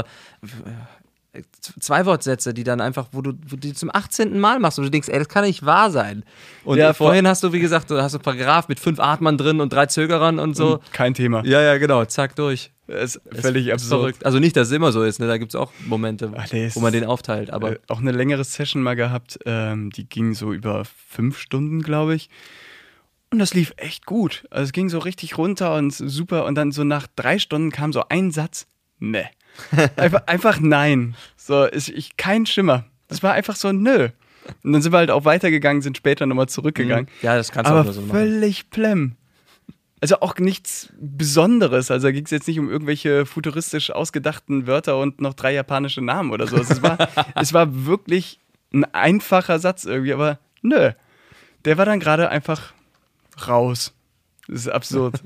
[SPEAKER 3] äh, Zwei-Wortsätze, die dann einfach, wo du, wo du die zum achtzehnten Mal machst und du denkst, ey, das kann nicht wahr sein. Und
[SPEAKER 2] Ja,
[SPEAKER 3] vorhin hast du, wie gesagt, du hast einen Paragraph mit fünf Atmern drin und drei Zögerern und so.
[SPEAKER 2] Kein Thema.
[SPEAKER 3] Ja, ja, genau, zack, durch.
[SPEAKER 2] Das ist völlig
[SPEAKER 3] Ist
[SPEAKER 2] absurd.
[SPEAKER 3] verrückt. Also nicht, dass es immer so ist, ne? Da gibt es auch Momente,
[SPEAKER 2] Ach, nee, es
[SPEAKER 3] wo man
[SPEAKER 2] ist-
[SPEAKER 3] den aufteilt. Aber
[SPEAKER 2] äh, auch eine längere Session mal gehabt, ähm, die ging so über fünf Stunden, glaube ich. Und das lief echt gut. Also es ging so richtig runter und super. Und dann so nach drei Stunden kam so ein Satz, ne. Einfach, einfach nein. So, ist ich, kein Schimmer. Das war einfach so, nö. Und dann sind wir halt auch weitergegangen, sind später nochmal zurückgegangen.
[SPEAKER 3] ja, das kannst du
[SPEAKER 2] Aber
[SPEAKER 3] auch nur so machen.
[SPEAKER 2] völlig plemm. Also auch nichts Besonderes. Also da ging es jetzt nicht um irgendwelche futuristisch ausgedachten Wörter und noch drei japanische Namen oder so. Es war, es war wirklich ein einfacher Satz irgendwie, aber nö. Der war dann gerade einfach raus. Das ist absurd.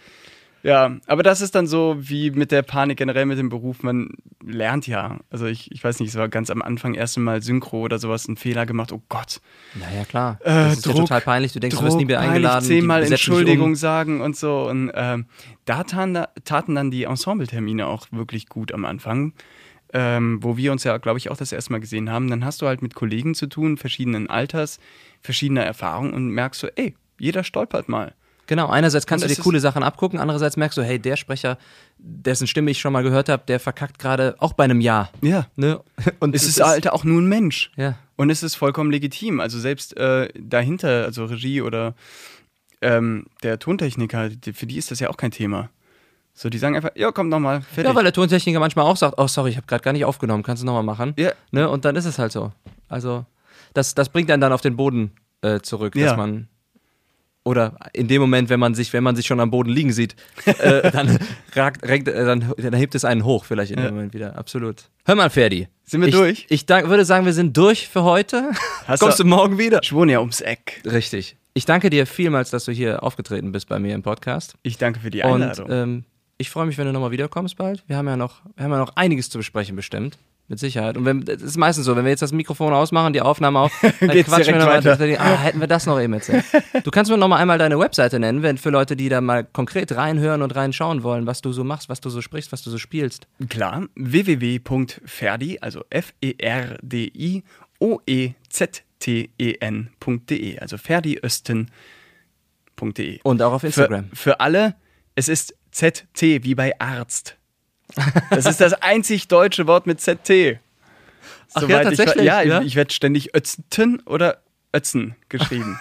[SPEAKER 2] Ja, aber das ist dann so wie mit der Panik generell mit dem Beruf. Man lernt ja. Also ich, ich weiß nicht, es war ganz am Anfang erst Mal Synchro oder sowas, einen Fehler gemacht. Oh Gott.
[SPEAKER 3] Naja, klar.
[SPEAKER 2] Äh,
[SPEAKER 3] Das ist ja
[SPEAKER 2] Druck,
[SPEAKER 3] total peinlich. Du denkst,
[SPEAKER 2] Druck,
[SPEAKER 3] du wirst nie mehr
[SPEAKER 2] peinlich,
[SPEAKER 3] eingeladen.
[SPEAKER 2] zehnmal
[SPEAKER 3] die besetzen dich
[SPEAKER 2] Entschuldigung
[SPEAKER 3] um.
[SPEAKER 2] sagen und so. Und ähm, da taten, taten dann die Ensemble-Termine auch wirklich gut am Anfang, ähm, wo wir uns ja, glaube ich, auch das erste Mal gesehen haben. Dann hast du halt mit Kollegen zu tun, verschiedenen Alters, verschiedener Erfahrung und merkst so, ey, jeder stolpert mal.
[SPEAKER 3] Genau, einerseits kannst
[SPEAKER 2] Und
[SPEAKER 3] du
[SPEAKER 2] es
[SPEAKER 3] dir
[SPEAKER 2] ist-
[SPEAKER 3] coole Sachen abgucken, andererseits merkst du, hey, der Sprecher, dessen Stimme ich schon mal gehört habe, der verkackt gerade auch bei einem Jahr.
[SPEAKER 2] Ja.
[SPEAKER 3] Ne? Und
[SPEAKER 2] Es ist Alter auch nur ein Mensch.
[SPEAKER 3] Ja.
[SPEAKER 2] Und es ist vollkommen legitim. Also selbst äh, dahinter, also Regie oder ähm, der Tontechniker, die, für die ist das ja auch kein Thema. So, die sagen einfach, ja, komm nochmal, fertig.
[SPEAKER 3] Ja, weil der Tontechniker manchmal auch sagt, oh sorry, ich habe gerade gar nicht aufgenommen, kannst du nochmal machen?
[SPEAKER 2] Ja.
[SPEAKER 3] Ne? Und dann ist es halt so. Also das, das bringt einen dann auf den Boden äh, zurück,
[SPEAKER 2] Ja.
[SPEAKER 3] dass man oder in dem Moment, wenn man sich, wenn man sich schon am Boden liegen sieht, äh, dann, ragt, regt, äh, dann, dann hebt es einen hoch vielleicht in
[SPEAKER 2] Ja.
[SPEAKER 3] dem Moment wieder. Absolut. Hör mal, Ferdi.
[SPEAKER 2] Sind wir
[SPEAKER 3] ich,
[SPEAKER 2] durch?
[SPEAKER 3] Ich dank, würde sagen, wir sind durch für heute.
[SPEAKER 2] Hast
[SPEAKER 3] Kommst du morgen wieder?
[SPEAKER 2] Ich wohne ja ums Eck.
[SPEAKER 3] Richtig. Ich danke dir vielmals, dass du hier aufgetreten bist bei mir im Podcast.
[SPEAKER 2] Ich danke für die
[SPEAKER 3] Und
[SPEAKER 2] Einladung.
[SPEAKER 3] ähm, ich freue mich, wenn du nochmal wiederkommst bald. Wir haben ja noch, wir haben ja noch einiges zu besprechen, bestimmt. Mit Sicherheit. Und wenn, das ist meistens so, wenn wir jetzt das Mikrofon ausmachen, die Aufnahme auf, dann
[SPEAKER 2] Geht's
[SPEAKER 3] quatschen wir
[SPEAKER 2] direkt
[SPEAKER 3] nochmal.
[SPEAKER 2] weiter.
[SPEAKER 3] Ah, hätten wir das noch eben erzählt. Du kannst mir nochmal einmal deine Webseite nennen, wenn für Leute, die da mal konkret reinhören und reinschauen wollen, was du so machst, was du so sprichst, was du so spielst.
[SPEAKER 2] Klar, w w w punkt ferdi, also F E R D I O E Z T E N punkt de, also ferdiösten punkt de.
[SPEAKER 3] Und auch auf Instagram.
[SPEAKER 2] Für, für alle, es ist Z T wie bei Arzt. Das ist das einzig deutsche Wort mit Z T.
[SPEAKER 3] Ach ja,
[SPEAKER 2] Soweit
[SPEAKER 3] tatsächlich,
[SPEAKER 2] Ich, ja,
[SPEAKER 3] ja?
[SPEAKER 2] ich, ich werde ständig Ötzen oder Ötzen geschrieben.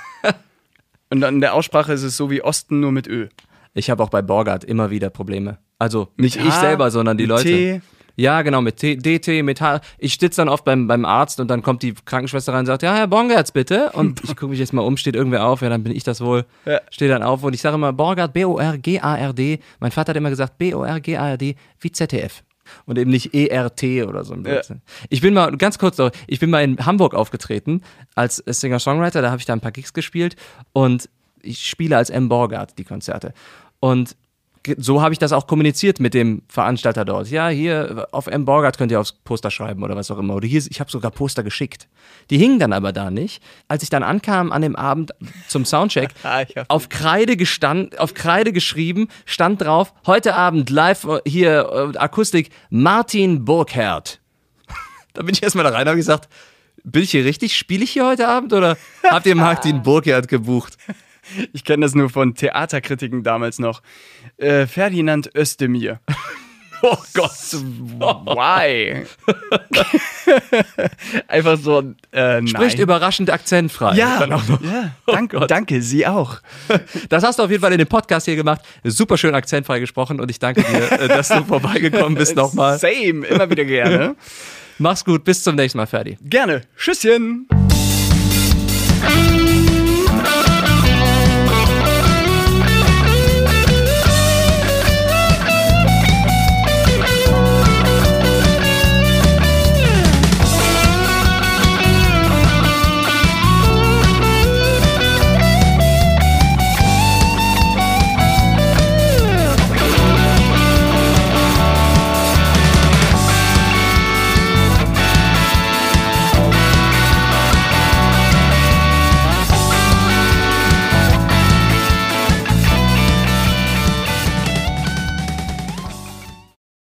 [SPEAKER 2] Und dann in der Aussprache ist es so wie Osten, nur mit Ö.
[SPEAKER 3] Ich habe auch bei Borgard immer wieder Probleme. Also nicht
[SPEAKER 2] Mit
[SPEAKER 3] ich
[SPEAKER 2] H,
[SPEAKER 3] selber, sondern die
[SPEAKER 2] mit
[SPEAKER 3] Leute.
[SPEAKER 2] T.
[SPEAKER 3] Ja, genau, mit T, D T, mit H. Ich sitze dann oft beim, beim Arzt und dann kommt die Krankenschwester rein und sagt, ja, Herr Borgard, bitte. Und ich gucke mich jetzt mal um, steht irgendwer auf, ja, dann bin ich das wohl.
[SPEAKER 2] Ja.
[SPEAKER 3] Stehe dann auf und ich sage immer Borgard, B O R G A R D. Mein Vater hat immer gesagt, B O R G A R D wie Z D F. Und eben nicht E R T oder so ein Blödsinn. Ich bin mal, ganz kurz noch, ich bin mal in Hamburg aufgetreten als Singer-Songwriter, da habe ich da ein paar Gigs gespielt und ich spiele als M. Borgard die Konzerte. Und ge- so habe ich das auch kommuniziert mit dem Veranstalter dort. Ja, hier auf M. Borgard könnt ihr aufs Poster schreiben oder was auch immer. Oder hier, ich habe sogar Poster geschickt. Die hingen dann aber da nicht. Als ich dann ankam an dem Abend zum Soundcheck,
[SPEAKER 2] Ah, ich hab-
[SPEAKER 3] auf Kreide gestand, auf Kreide geschrieben, stand drauf, heute Abend live äh, hier äh, Akustik Martin Burkhardt. Da bin ich erstmal da rein und habe gesagt, bin ich hier richtig? Spiele ich hier heute Abend oder habt ihr Martin Burkhardt gebucht?
[SPEAKER 2] Ich kenne das nur von Theaterkritiken damals noch. Äh, Ferdinand Özdemir.
[SPEAKER 3] Oh Gott.
[SPEAKER 2] Why? Einfach so, äh,
[SPEAKER 3] Spricht
[SPEAKER 2] nein.
[SPEAKER 3] überraschend akzentfrei.
[SPEAKER 2] Ja,
[SPEAKER 3] Dann auch noch.
[SPEAKER 2] ja danke,
[SPEAKER 3] Gott.
[SPEAKER 2] danke, Sie auch.
[SPEAKER 3] Das hast du auf jeden Fall in dem Podcast hier gemacht. Super schön akzentfrei gesprochen und ich danke dir, äh, dass du vorbeigekommen bist nochmal.
[SPEAKER 2] Same, immer wieder gerne.
[SPEAKER 3] Mach's gut, bis zum nächsten Mal, Ferdi.
[SPEAKER 2] Gerne. Tschüsschen.